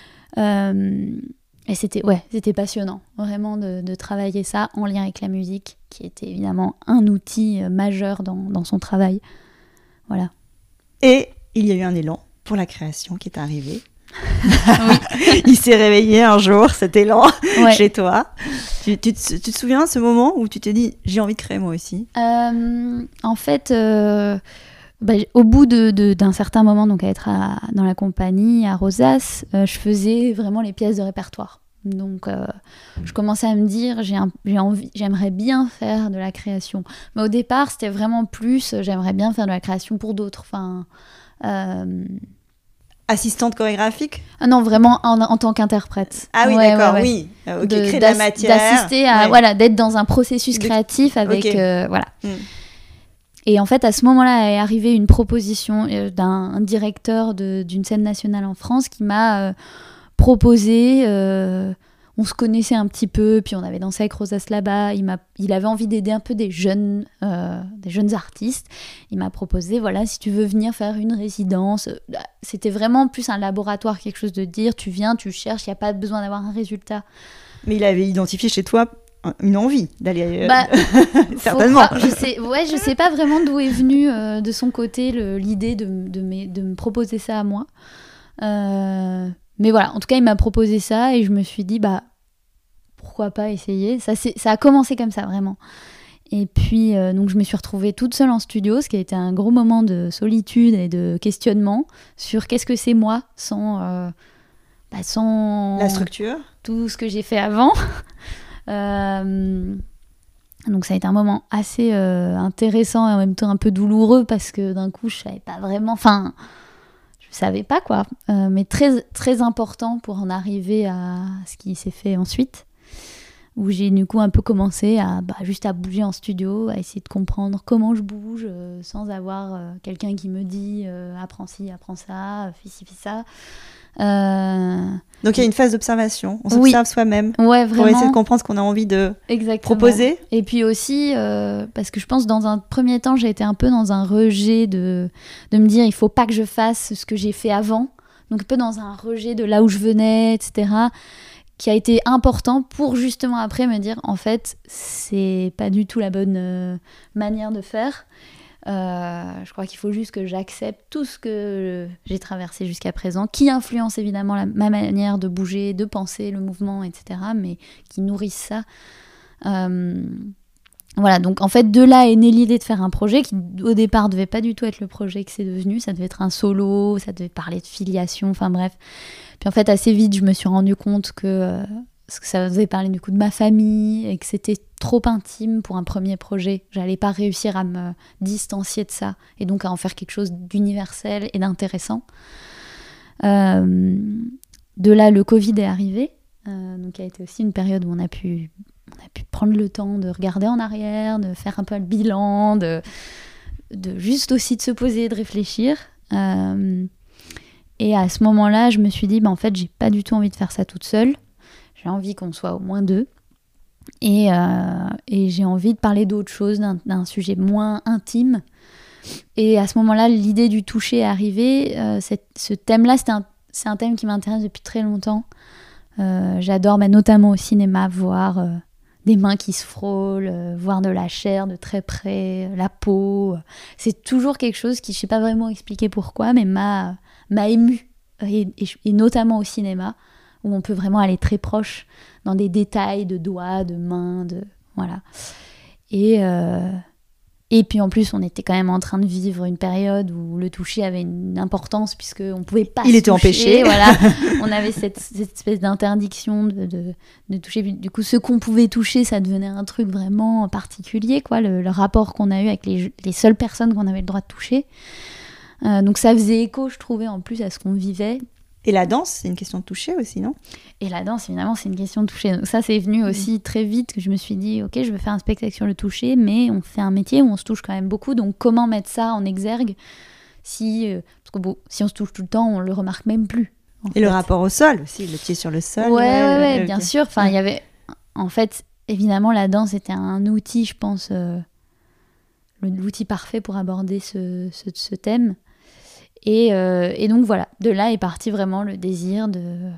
Et c'était passionnant, vraiment, de travailler ça en lien avec la musique, qui était évidemment un outil majeur dans son travail. Voilà. Et il y a eu un élan pour la création qui est arrivé. Il s'est réveillé un jour, cet élan, chez toi. Tu te souviens de ce moment où tu t'es dit « j'ai envie de créer moi aussi » En fait, au bout d'un certain moment, donc à être dans la compagnie, à Rosas, je faisais vraiment les pièces de répertoire. Donc je commençais à me dire j'aimerais bien faire de la création. Mais au départ, c'était vraiment plus j'aimerais bien faire de la création pour d'autres. Enfin... Assistante chorégraphique ? Ah non, vraiment en tant qu'interprète. Ah oui, d'accord, oui. Créer de la matière. D'assister à, d'être dans un processus créatif avec, voilà. Et en fait, à ce moment-là, est arrivée une proposition d'un directeur d'une scène nationale en France qui m'a proposé, on se connaissait un petit peu, puis on avait dansé avec Rosas là-bas, il avait envie d'aider un peu des jeunes artistes. Il m'a proposé, voilà, si tu veux venir faire une résidence, c'était vraiment plus un laboratoire, quelque chose de dire, tu viens, tu cherches, il n'y a pas besoin d'avoir un résultat. Mais il avait identifié chez toi une envie d'aller certainement. Je sais pas vraiment d'où est venue de son côté l'idée de me proposer ça à moi. Mais voilà, en tout cas, il m'a proposé ça et je me suis dit, pourquoi pas essayer. Ça a commencé comme ça, vraiment. Et puis, donc, je me suis retrouvée toute seule en studio, ce qui a été un gros moment de solitude et de questionnement sur qu'est-ce que c'est moi sans la structure, tout ce que j'ai fait avant. Donc ça a été un moment assez intéressant et en même temps un peu douloureux parce que d'un coup je savais pas vraiment, je savais pas quoi, mais très, très important pour en arriver à ce qui s'est fait ensuite, où j'ai du coup un peu commencé juste à bouger en studio, à essayer de comprendre comment je bouge sans avoir quelqu'un qui me dit apprends ci, apprends ça, fais ci, fais ça. Donc il y a une phase d'observation, on s'observe soi-même pour essayer de comprendre ce qu'on a envie de proposer. Et puis aussi, parce que je pense dans un premier temps, j'ai été un peu dans un rejet de me dire il faut pas que je fasse ce que j'ai fait avant, donc un peu dans un rejet de là où je venais, etc., qui a été important pour justement après me dire en fait c'est pas du tout la bonne manière de faire. Je crois qu'il faut juste que j'accepte tout ce que j'ai traversé jusqu'à présent, qui influence évidemment ma manière de bouger, de penser, le mouvement, etc., mais qui nourrissent ça. Voilà, donc en fait de là est née l'idée de faire un projet qui au départ devait pas du tout être le projet que c'est devenu, ça devait être un solo, ça devait parler de filiation, enfin bref. Puis en fait assez vite je me suis rendu compte que ça devait parler du coup de ma famille et que c'était trop intime pour un premier projet. J'allais pas réussir à me distancier de ça et donc à en faire quelque chose d'universel et d'intéressant. De là, le Covid est arrivé, donc il y a été aussi une période où on a pu prendre le temps de regarder en arrière, de faire un peu le bilan, de juste aussi de se poser et de réfléchir. Et à ce moment-là, je me suis dit, en fait, j'ai pas du tout envie de faire ça toute seule. J'ai envie qu'on soit au moins deux. Et j'ai envie de parler d'autre chose, d'un sujet moins intime. Et à ce moment-là, l'idée du toucher est arrivée. Ce thème-là, c'est un thème qui m'intéresse depuis très longtemps. J'adore notamment au cinéma voir des mains qui se frôlent, voir de la chair de très près, la peau. C'est toujours quelque chose qui, je ne sais pas vraiment expliquer pourquoi, mais m'a émue. Et notamment au cinéma, où on peut vraiment aller très proche dans des détails de doigts, de mains, voilà. Et puis en plus, on était quand même en train de vivre une période où le toucher avait une importance puisqu'on ne pouvait pas Il était empêché. Voilà. On avait cette espèce d'interdiction de toucher. Du coup, ce qu'on pouvait toucher, ça devenait un truc vraiment particulier, quoi, le rapport qu'on a eu avec les seules personnes qu'on avait le droit de toucher. Donc ça faisait écho, je trouvais, en plus à ce qu'on vivait. Et la danse, c'est une question de toucher aussi, non? Et la danse, évidemment, c'est une question de toucher. Donc ça, c'est venu aussi très vite que je me suis dit, ok, je veux faire un spectacle sur le toucher, mais on fait un métier où on se touche quand même beaucoup. Donc comment mettre ça en exergue parce que bon, si on se touche tout le temps, on le remarque même plus. Et le rapport au sol aussi, le pied sur le sol. Ouais, bien sûr. Enfin, il y avait... En fait, évidemment, la danse était un outil, je pense, l'outil parfait pour aborder ce thème. Et donc voilà, de là est parti vraiment le désir de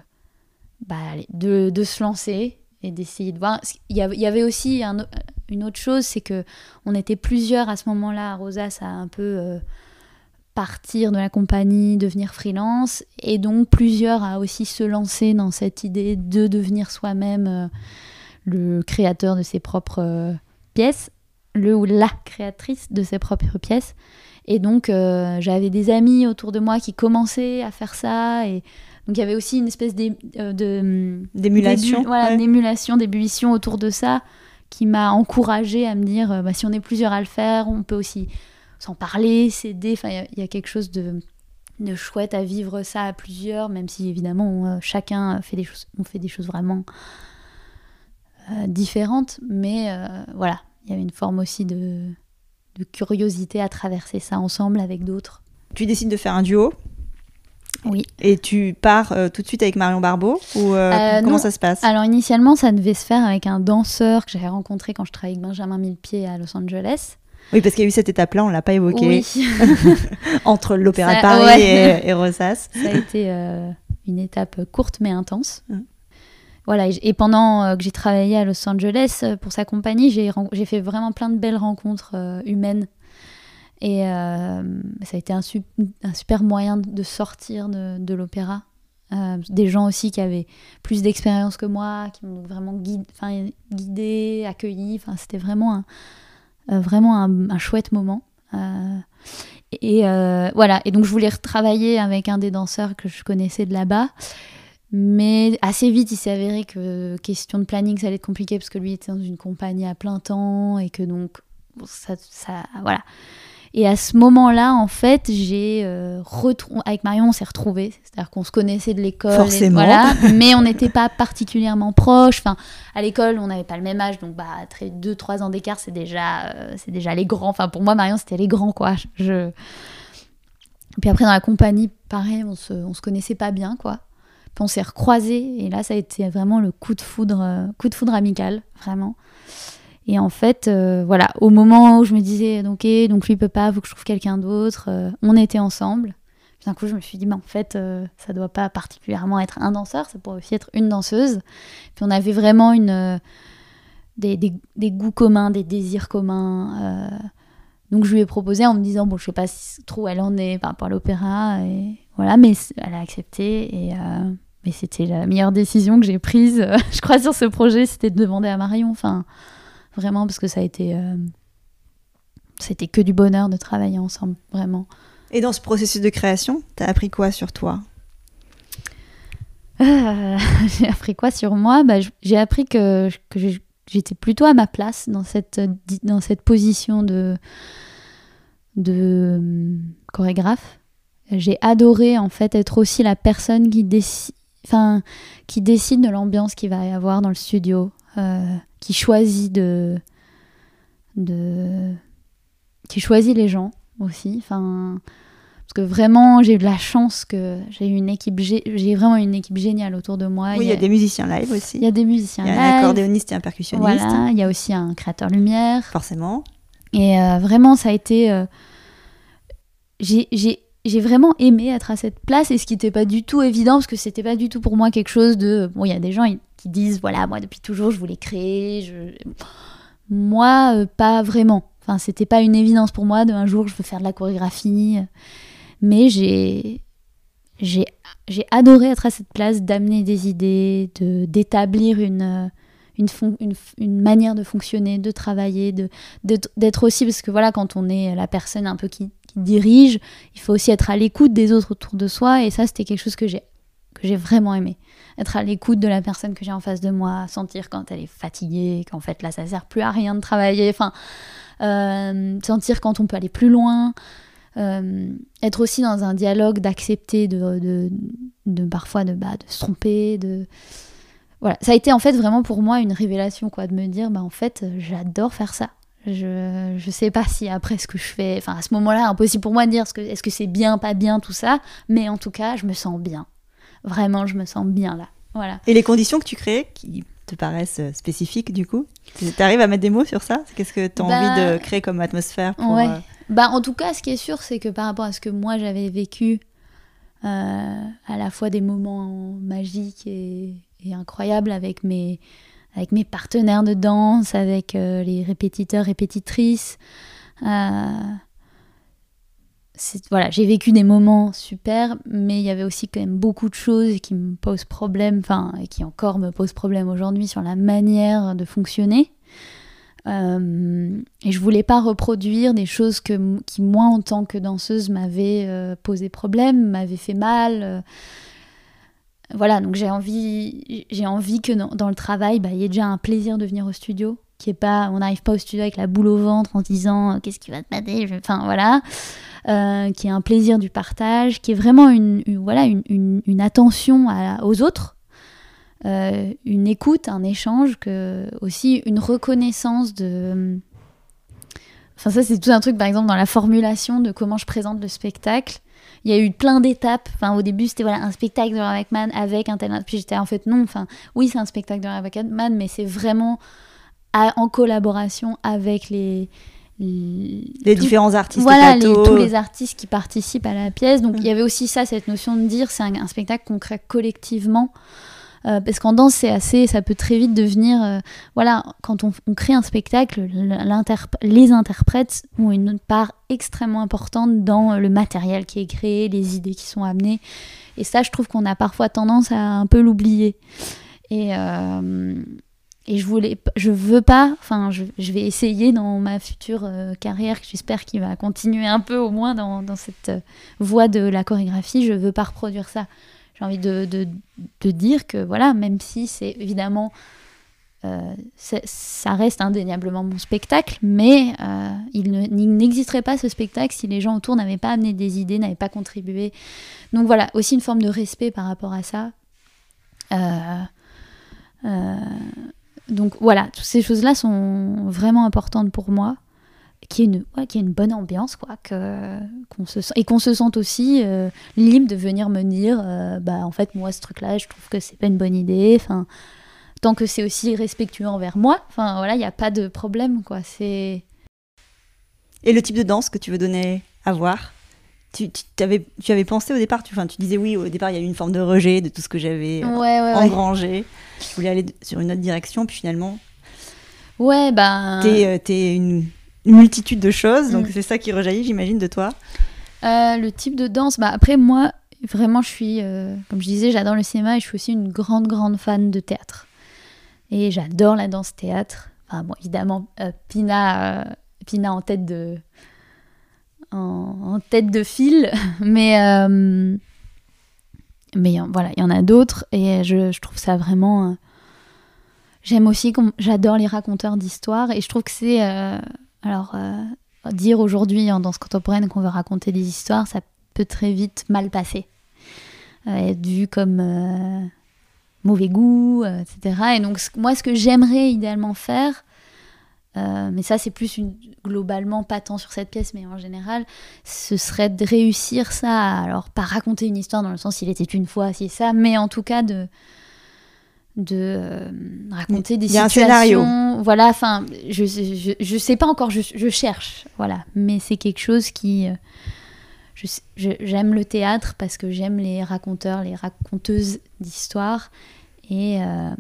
se lancer et d'essayer de voir. Il y avait aussi une autre chose, c'est que on était plusieurs à ce moment-là à Rosas à un peu partir de la compagnie, devenir freelance, et donc plusieurs à aussi se lancer dans cette idée de devenir soi-même le créateur de ses propres pièces, le ou la créatrice de ses propres pièces. Et donc, j'avais des amis autour de moi qui commençaient à faire ça. Et donc, il y avait aussi une espèce d'émulation. D'émulation, d'ébullition autour de ça qui m'a encouragée à me dire, si on est plusieurs à le faire, on peut aussi s'en parler, s'aider. Enfin, il y a quelque chose de chouette à vivre ça à plusieurs, même si, évidemment, chacun fait des choses vraiment différentes. Mais voilà, il y avait une forme aussi de curiosité à traverser ça ensemble avec d'autres. Tu décides de faire un duo. Oui. Et tu pars tout de suite avec Marion Barbeau ou comment ça se passe? Alors initialement, ça devait se faire avec un danseur que j'avais rencontré quand je travaillais avec Benjamin Millepied à Los Angeles. Oui, parce qu'il y a eu cette étape-là, on ne l'a pas évoquée. Oui. Entre l'Opéra de Paris et Rosas. Ça a été une étape courte mais intense. Voilà, et pendant que j'ai travaillé à Los Angeles pour sa compagnie, j'ai fait vraiment plein de belles rencontres humaines. Et ça a été un super moyen de sortir de l'opéra. Des gens aussi qui avaient plus d'expérience que moi, qui m'ont vraiment guidée, accueillie. Enfin, c'était vraiment un chouette moment. Voilà, et donc je voulais retravailler avec un des danseurs que je connaissais de là-bas. Mais assez vite, il s'est avéré que question de planning, ça allait être compliqué parce que lui était dans une compagnie à plein temps et que donc, ça voilà. Et à ce moment-là, en fait, avec Marion, on s'est retrouvés. C'est-à-dire qu'on se connaissait de l'école. Forcément. Voilà, mais on n'était pas particulièrement proches. Enfin, à l'école, on n'avait pas le même âge. Donc, 2-3 ans d'écart, c'est déjà les grands. Enfin, pour moi, Marion, c'était les grands, quoi. Et puis après, dans la compagnie, pareil, on se connaissait pas bien, quoi. Puis on s'est recroisés. Et là, ça a été vraiment le coup de foudre amical, vraiment. Et en fait, voilà, au moment où je me disais, donc lui peut pas, faut que je trouve quelqu'un d'autre, on était ensemble. Puis d'un coup, je me suis dit, en fait, ça doit pas particulièrement être un danseur, ça pourrait aussi être une danseuse. Puis on avait vraiment des goûts communs, des désirs communs. Donc je lui ai proposé en me disant, je sais pas trop où elle en est par rapport à l'opéra, et voilà, mais elle a accepté, mais c'était la meilleure décision que j'ai prise, je crois, sur ce projet, c'était de demander à Marion, enfin... Vraiment, parce que ça a été... c'était que du bonheur de travailler ensemble, vraiment. Et dans ce processus de création, t'as appris quoi sur toi? J'ai appris quoi sur moi? J'ai appris que j'étais plutôt à ma place dans cette position de chorégraphe. J'ai adoré, en fait, être aussi la personne qui décide de l'ambiance qu'il va y avoir dans le studio. Qui choisit qui choisit les gens aussi, parce que vraiment j'ai eu de la chance que j'ai vraiment une équipe géniale autour de moi. Oui, il y a des musiciens live aussi. Il y a des musiciens live. Il y a un accordéoniste et un percussionniste. Voilà, il y a aussi un créateur lumière. Forcément. Et vraiment ça a été j'ai vraiment aimé être à cette place, et ce qui n'était pas du tout évident, parce que c'était pas du tout pour moi quelque chose de... Bon, il y a des gens qui disent, voilà, moi depuis toujours je voulais créer, moi pas vraiment. Enfin, c'était pas une évidence pour moi de un jour je veux faire de la chorégraphie, mais j'ai adoré être à cette place, d'amener des idées, d'établir une manière de fonctionner, de travailler, d'être aussi, parce que voilà, quand on est la personne un peu qui dirige, il faut aussi être à l'écoute des autres autour de soi, et ça c'était quelque chose que j'ai vraiment aimé, être à l'écoute de la personne que j'ai en face de moi, sentir quand elle est fatiguée, qu'en fait là ça sert plus à rien de travailler, sentir quand on peut aller plus loin, être aussi dans un dialogue, d'accepter parfois de se tromper, voilà. Ça a été en fait vraiment pour moi une révélation, quoi, de me dire en fait j'adore faire ça. Je sais pas si après ce que je fais, enfin à ce moment-là impossible pour moi de dire est-ce que c'est bien, pas bien, tout ça, mais en tout cas je me sens bien. Vraiment, je me sens bien là. Voilà. Et les conditions que tu crées, qui te paraissent spécifiques du coup, tu arrives à mettre des mots sur ça? Qu'est-ce que tu as envie de créer comme atmosphère pour... Ouais. En tout cas, ce qui est sûr, c'est que par rapport à ce que moi j'avais vécu, à la fois des moments magiques et incroyables avec mes partenaires de danse, avec les répétiteurs, répétitrices, voilà, j'ai vécu des moments super, mais il y avait aussi quand même beaucoup de choses qui me posent problème, et qui encore me posent problème aujourd'hui sur la manière de fonctionner. Et je voulais pas reproduire des choses qui moi en tant que danseuse m'avaient posé problème, m'avaient fait mal. Voilà, donc j'ai envie que dans le travail, il y ait déjà un plaisir de venir au studio, on n'arrive pas au studio avec la boule au ventre en se disant qu'est-ce qui va te mater, enfin voilà. Qui est un plaisir du partage, qui est vraiment une attention aux autres, une écoute, un échange, aussi une reconnaissance de... Enfin ça c'est tout un truc par exemple dans la formulation de comment je présente le spectacle. Il y a eu plein d'étapes. Enfin, au début, c'était un spectacle de Laura Wakeman avec un tel... Puis j'étais en fait non. Enfin, oui, c'est un spectacle de Laura Wakeman, mais c'est vraiment en collaboration avec les différents artistes. Voilà, tous les artistes qui participent à la pièce. Donc il y avait aussi ça, cette notion de dire c'est un spectacle qu'on crée collectivement. Parce qu'en danse, ça peut très vite devenir... voilà, quand on crée un spectacle, les interprètes ont une part extrêmement importante dans le matériel qui est créé, les idées qui sont amenées. Et ça, je trouve qu'on a parfois tendance à un peu l'oublier. Et je veux pas, je vais essayer dans ma future carrière, que j'espère qu'il va continuer un peu au moins dans cette voie de la chorégraphie, je veux pas reproduire ça. J'ai envie de dire que voilà, même si c'est évidemment, ça reste indéniablement mon spectacle, mais il n'existerait pas ce spectacle si les gens autour n'avaient pas amené des idées, n'avaient pas contribué. Donc voilà, aussi une forme de respect par rapport à ça. Donc voilà, toutes ces choses-là sont vraiment importantes pour moi, qu'il y ait une bonne ambiance, quoi, qu'on se sente aussi libre de venir me dire en fait moi ce truc-là je trouve que c'est pas une bonne idée, tant que c'est aussi respectueux envers moi, voilà, il n'y a pas de problème, quoi. Et le type de danse que tu veux donner à voir, tu avais pensé au départ, tu disais oui, au départ il y a eu une forme de rejet de tout ce que j'avais engrangé. Je voulais aller sur une autre direction, puis finalement t'es une multitude de choses, donc c'est ça qui rejaillit, j'imagine, de toi. Le type de danse, après moi vraiment je suis, comme je disais, j'adore le cinéma et je suis aussi une grande grande fan de théâtre et j'adore la danse théâtre. Évidemment Pina en tête de file, mais voilà, il y en a d'autres et je trouve ça vraiment... J'aime aussi, j'adore les raconteurs d'histoires et je trouve que c'est... dire aujourd'hui en danse contemporaine qu'on veut raconter des histoires, ça peut très vite mal passer. Être vu comme mauvais goût, etc. Et donc moi, ce que j'aimerais idéalement faire... mais ça c'est plus globalement pas tant sur cette pièce mais en général, ce serait de réussir ça, alors pas raconter une histoire dans le sens il était une fois si ça, mais en tout cas de raconter des situations, un scénario. Voilà, je sais pas encore, je cherche, voilà, mais c'est quelque chose qui j'aime le théâtre parce que j'aime les raconteurs, les raconteuses d'histoires et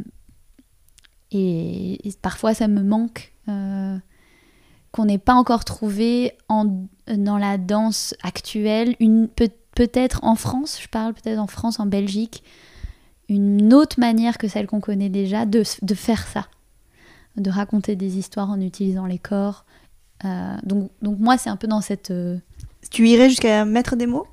parfois ça me manque qu'on n'ait pas encore trouvé dans la danse actuelle, peut-être en France, je parle peut-être en France, en Belgique, une autre manière que celle qu'on connaît déjà de faire ça, de raconter des histoires en utilisant les corps. Donc moi c'est un peu dans cette... Tu irais jusqu'à mettre des mots ?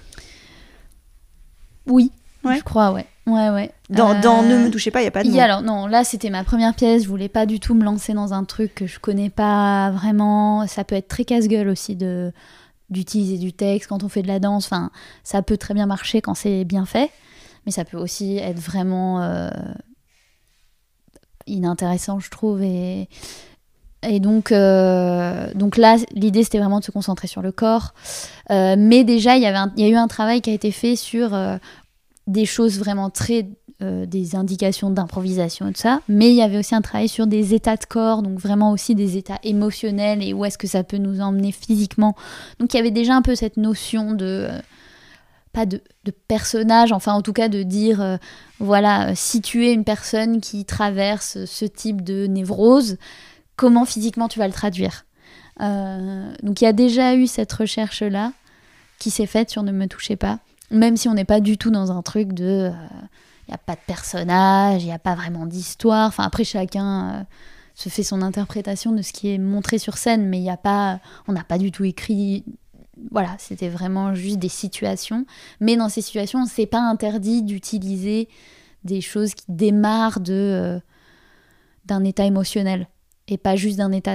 Oui, je crois, ouais. Dans Ne me touchez pas, il n'y a pas de mots. Alors non, là c'était ma première pièce, je voulais pas du tout me lancer dans un truc que je connais pas vraiment. Ça peut être très casse-gueule aussi d'utiliser du texte quand on fait de la danse, ça peut très bien marcher quand c'est bien fait. mais ça peut aussi être vraiment inintéressant, je trouve. Et donc là, l'idée, c'était vraiment de se concentrer sur le corps. Mais déjà, il y a eu un travail qui a été fait sur des choses vraiment très... des indications d'improvisation et tout ça. Mais il y avait aussi un travail sur des états de corps, donc vraiment aussi des états émotionnels et où est-ce que ça peut nous emmener physiquement. Donc il y avait déjà un peu cette notion de... pas de personnage, enfin en tout cas de dire, voilà, si tu es une personne qui traverse ce type de névrose, comment physiquement tu vas le traduire. Donc il y a déjà eu cette recherche-là qui s'est faite sur Ne me touchez pas, même si on n'est pas du tout dans un truc de... il n'y a pas de personnage, il n'y a pas vraiment d'histoire. Enfin, après, chacun se fait son interprétation de ce qui est montré sur scène, mais on n'a pas du tout écrit... Voilà, c'était vraiment juste des situations. Mais dans ces situations, c'est pas interdit d'utiliser des choses qui démarrent d'un état émotionnel et pas juste d'un état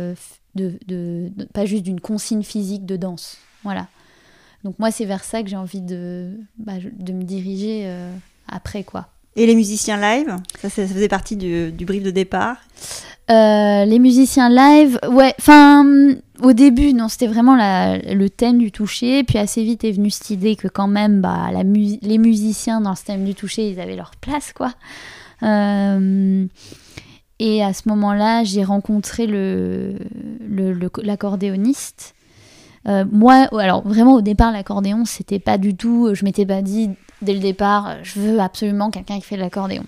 pas juste d'une consigne physique de danse. Voilà. Donc moi, c'est vers ça que j'ai envie de me diriger après, quoi. Et les musiciens live, ça faisait partie du brief de départ? Les musiciens live, ouais, enfin, au début, non, c'était vraiment le thème du toucher, puis assez vite est venue cette idée que quand même, les musiciens dans ce thème du toucher, ils avaient leur place, quoi. Et à ce moment-là, j'ai rencontré l'accordéoniste. Moi, alors vraiment au départ, l'accordéon, c'était pas du tout, je m'étais pas dit dès le départ, je veux absolument quelqu'un qui fait de l'accordéon.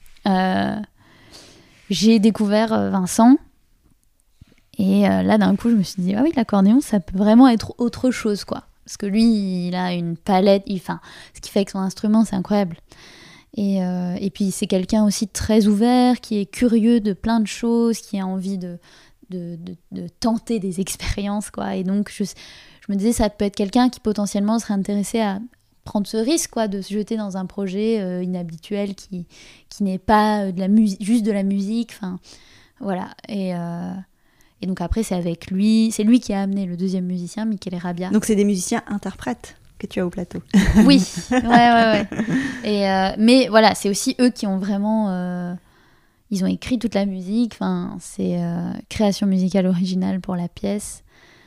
J'ai découvert Vincent, et là d'un coup je me suis dit, ah oui, l'accordéon ça peut vraiment être autre chose, quoi. Parce que lui, il a une palette, ce qu'il fait avec son instrument, c'est incroyable. Et puis c'est quelqu'un aussi de très ouvert, qui est curieux de plein de choses, qui a envie de tenter des expériences, quoi. Et donc je me disais, ça peut être quelqu'un qui potentiellement serait intéressé à prendre ce risque, quoi, de se jeter dans un projet inhabituel qui n'est pas juste de la musique, enfin voilà. Et donc après c'est avec lui, c'est lui qui a amené le deuxième musicien, Michele Rabia. Donc c'est des musiciens interprètes que tu as au plateau. Oui, ouais. Mais voilà, c'est aussi eux qui ont vraiment ils ont écrit toute la musique, enfin c'est création musicale originale pour la pièce.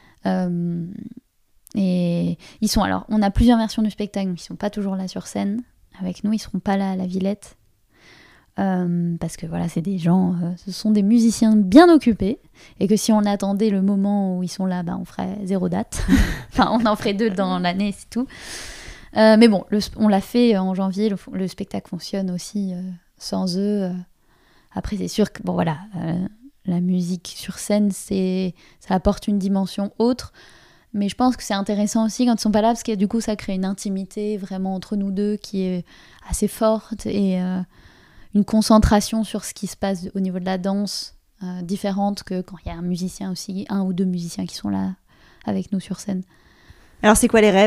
Et ils sont, alors on a plusieurs versions du spectacle, donc ils sont pas toujours là sur scène avec nous, ils seront pas là à la Villette, parce que voilà, c'est des gens, ce sont des musiciens bien occupés, et que si on attendait le moment où ils sont là, on ferait 0 date. Enfin, on en ferait 2 dans l'année, c'est tout. Mais bon, on l'a fait en janvier, le spectacle fonctionne aussi sans eux. Après, c'est sûr que bon voilà, la musique sur scène, ça apporte une dimension autre. Mais je pense que c'est intéressant aussi quand ils sont pas là, parce que du coup, ça crée une intimité vraiment entre nous deux qui est assez forte, et une concentration sur ce qui se passe au niveau de la danse différente que quand il y a un ou deux musiciens qui sont là avec nous sur scène. Alors, c'est quoi les rêves ?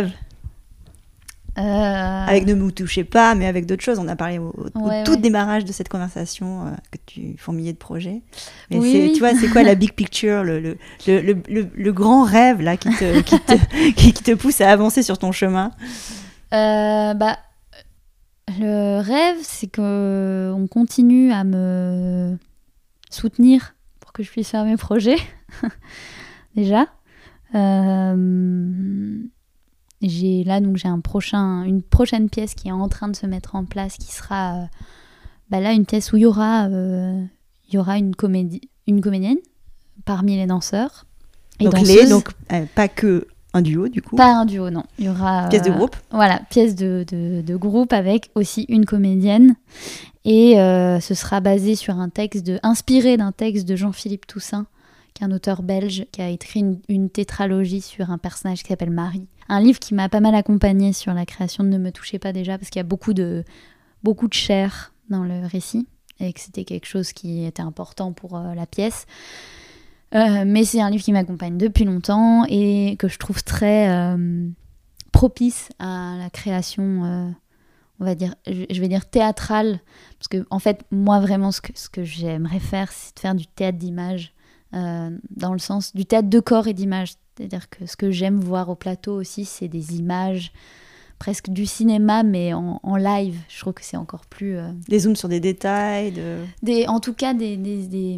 Avec Ne me touchez pas, mais avec d'autres choses. On a parlé au tout démarrage de cette conversation que tu fourmillais de projets. Mais oui. Tu vois, c'est quoi la big picture, le grand rêve là qui te pousse à avancer sur ton chemin? Le rêve, c'est qu'on continue à me soutenir pour que je puisse faire mes projets. Déjà. J'ai une prochaine pièce qui est en train de se mettre en place, qui sera là une pièce où il y aura une comédienne parmi les danseurs et danseuses. Donc pas que un duo, du coup. Pas un duo, non. Il y aura pièce de groupe. Voilà, pièce de groupe avec aussi une comédienne, et ce sera basé sur inspiré d'un texte de Jean-Philippe Toussaint, qui est un auteur belge qui a écrit une tétralogie sur un personnage qui s'appelle Marie. Un livre qui m'a pas mal accompagnée sur la création de Ne me touchez pas, déjà, parce qu'il y a beaucoup de chair dans le récit, et que c'était quelque chose qui était important pour la pièce. Mais c'est un livre qui m'accompagne depuis longtemps, et que je trouve très propice à la création, on va dire, je vais dire théâtrale, parce que en fait, moi vraiment, ce que j'aimerais faire, c'est de faire du théâtre d'image, dans le sens du théâtre de corps et d'image. C'est-à-dire que ce que j'aime voir au plateau aussi, c'est des images presque du cinéma, mais en live. Je trouve que c'est encore plus... Des zooms sur des détails en tout cas, des...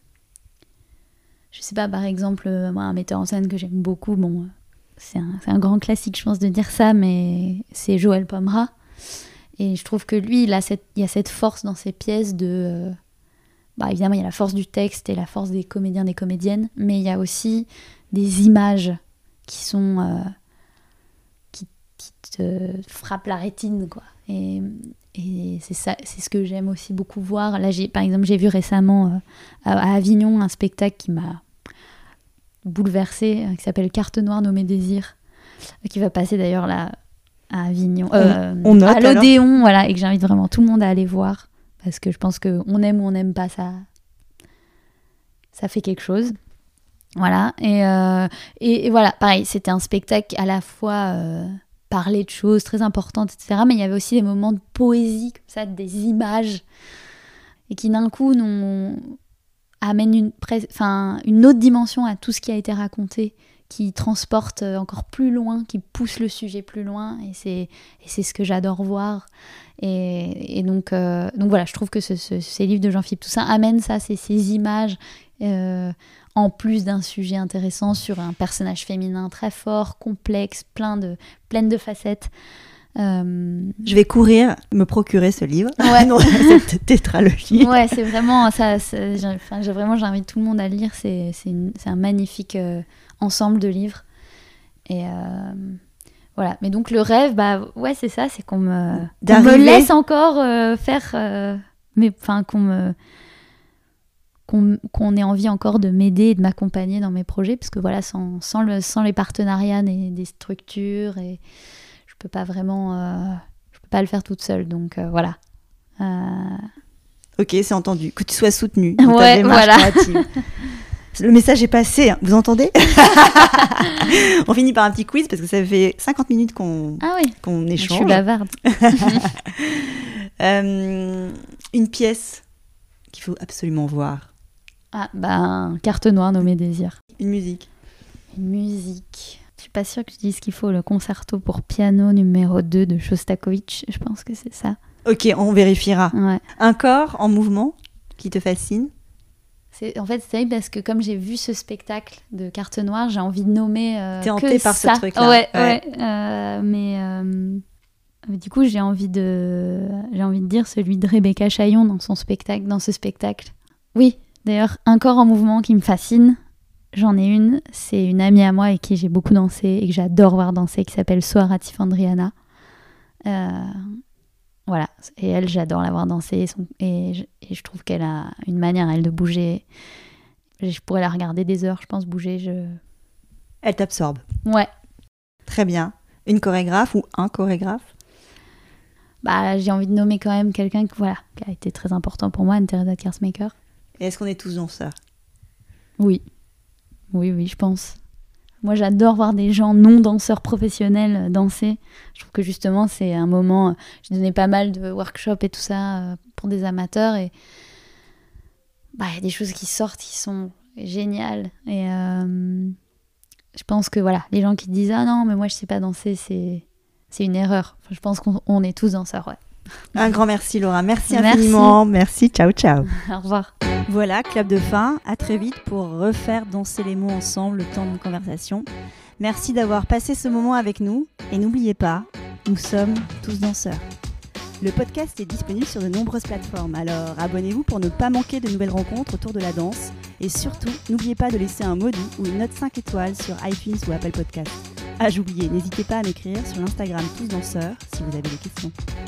Je sais pas, par exemple, moi, un metteur en scène que j'aime beaucoup, bon, c'est un grand classique, je pense, de dire ça, mais c'est Joël Pomera. Et je trouve que lui, il y a cette force dans ses pièces de... évidemment, il y a la force du texte et la force des comédiens, des comédiennes, mais il y a aussi des images qui sont... qui te frappent la rétine, quoi. Et c'est ça, c'est ce que j'aime aussi beaucoup voir. Là, par exemple, j'ai vu récemment à Avignon un spectacle qui m'a bouleversée, qui s'appelle Carte Noire nommée Désir, qui va passer d'ailleurs là à Avignon, on note, à l'Odéon, voilà, et que j'invite vraiment tout le monde à aller voir, parce que je pense qu'on aime ou on n'aime pas, ça fait quelque chose. Voilà, et voilà, pareil, c'était un spectacle à la fois parler de choses très importantes, etc., mais il y avait aussi des moments de poésie, comme ça, des images, et qui d'un coup amènent une autre dimension à tout ce qui a été raconté, qui transporte encore plus loin, qui pousse le sujet plus loin, et c'est ce que j'adore voir. Et donc voilà, je trouve que ces livres de Jean-Philippe Toussaint amènent ça, ces images, en plus d'un sujet intéressant sur un personnage féminin très fort, complexe, pleine de facettes. Je vais courir me procurer ce livre, ouais. cette tétralogie. Ouais, c'est vraiment ça. J'invite tout le monde à lire. C'est un magnifique ensemble de livres. Et voilà. Mais donc le rêve, ouais, c'est ça, c'est qu'on me laisse encore faire, qu'on ait envie encore de m'aider et de m'accompagner dans mes projets, parce que voilà, sans les partenariats des structures, et je peux pas vraiment, je peux pas le faire toute seule, donc voilà. Ok, c'est entendu. Que tu sois soutenue dans ta démarche créative. Le message est passé, hein. Vous entendez? On finit par un petit quiz parce que ça fait 50 minutes qu'on échange. Je suis bavarde. Une pièce qu'il faut absolument voir. Carte Noire nommée Désir. Une musique. Je suis pas sûre que je dise qu'il faut le concerto pour piano numéro 2 de Shostakovich. Je pense que c'est ça. Ok, on vérifiera. Ouais. Un corps en mouvement qui te fascine? En fait, c'est terrible parce que comme j'ai vu ce spectacle de Carte Noire, j'ai envie de nommer T'es hantée par ça. Ce truc-là. Ouais. Mais du coup, j'ai envie de dire celui de Rebecca Chaillon dans ce spectacle. Oui, d'ailleurs, un corps en mouvement qui me fascine. J'en ai une. C'est une amie à moi avec qui j'ai beaucoup dansé et que j'adore voir danser, qui s'appelle Sohara Tifandriana. Voilà, et elle, j'adore la voir danser, et je trouve qu'elle a une manière, elle, de bouger. Je pourrais la regarder des heures, je pense, bouger. Elle t'absorbe. Ouais. Très bien. Une chorégraphe ou un chorégraphe? J'ai envie de nommer quand même quelqu'un qui a été très important pour moi, Anne-Thérèse Kersmaker. Et est-ce qu'on est tous danseurs? Oui, je pense. Moi, j'adore voir des gens non danseurs professionnels danser. Je trouve que justement, c'est un moment... J'ai donné pas mal de workshops et tout ça pour des amateurs. Et il y a des choses qui sortent qui sont géniales. Et je pense que voilà, les gens qui disent « Ah non, mais moi, je sais pas danser », c'est une erreur. Je pense qu'on est tous danseurs, ouais. Un grand merci, Laura. Merci infiniment. Merci. Ciao, ciao. Au revoir. Voilà, clap de fin. À très vite pour refaire danser les mots ensemble le temps d'une conversation. Merci d'avoir passé ce moment avec nous. Et n'oubliez pas, nous sommes tous danseurs. Le podcast est disponible sur de nombreuses plateformes. Alors abonnez-vous pour ne pas manquer de nouvelles rencontres autour de la danse. Et surtout, n'oubliez pas de laisser un mot doux ou une note 5 étoiles sur iTunes ou Apple Podcasts. J'oubliais, n'hésitez pas à m'écrire sur l'Instagram Tous Danseurs si vous avez des questions.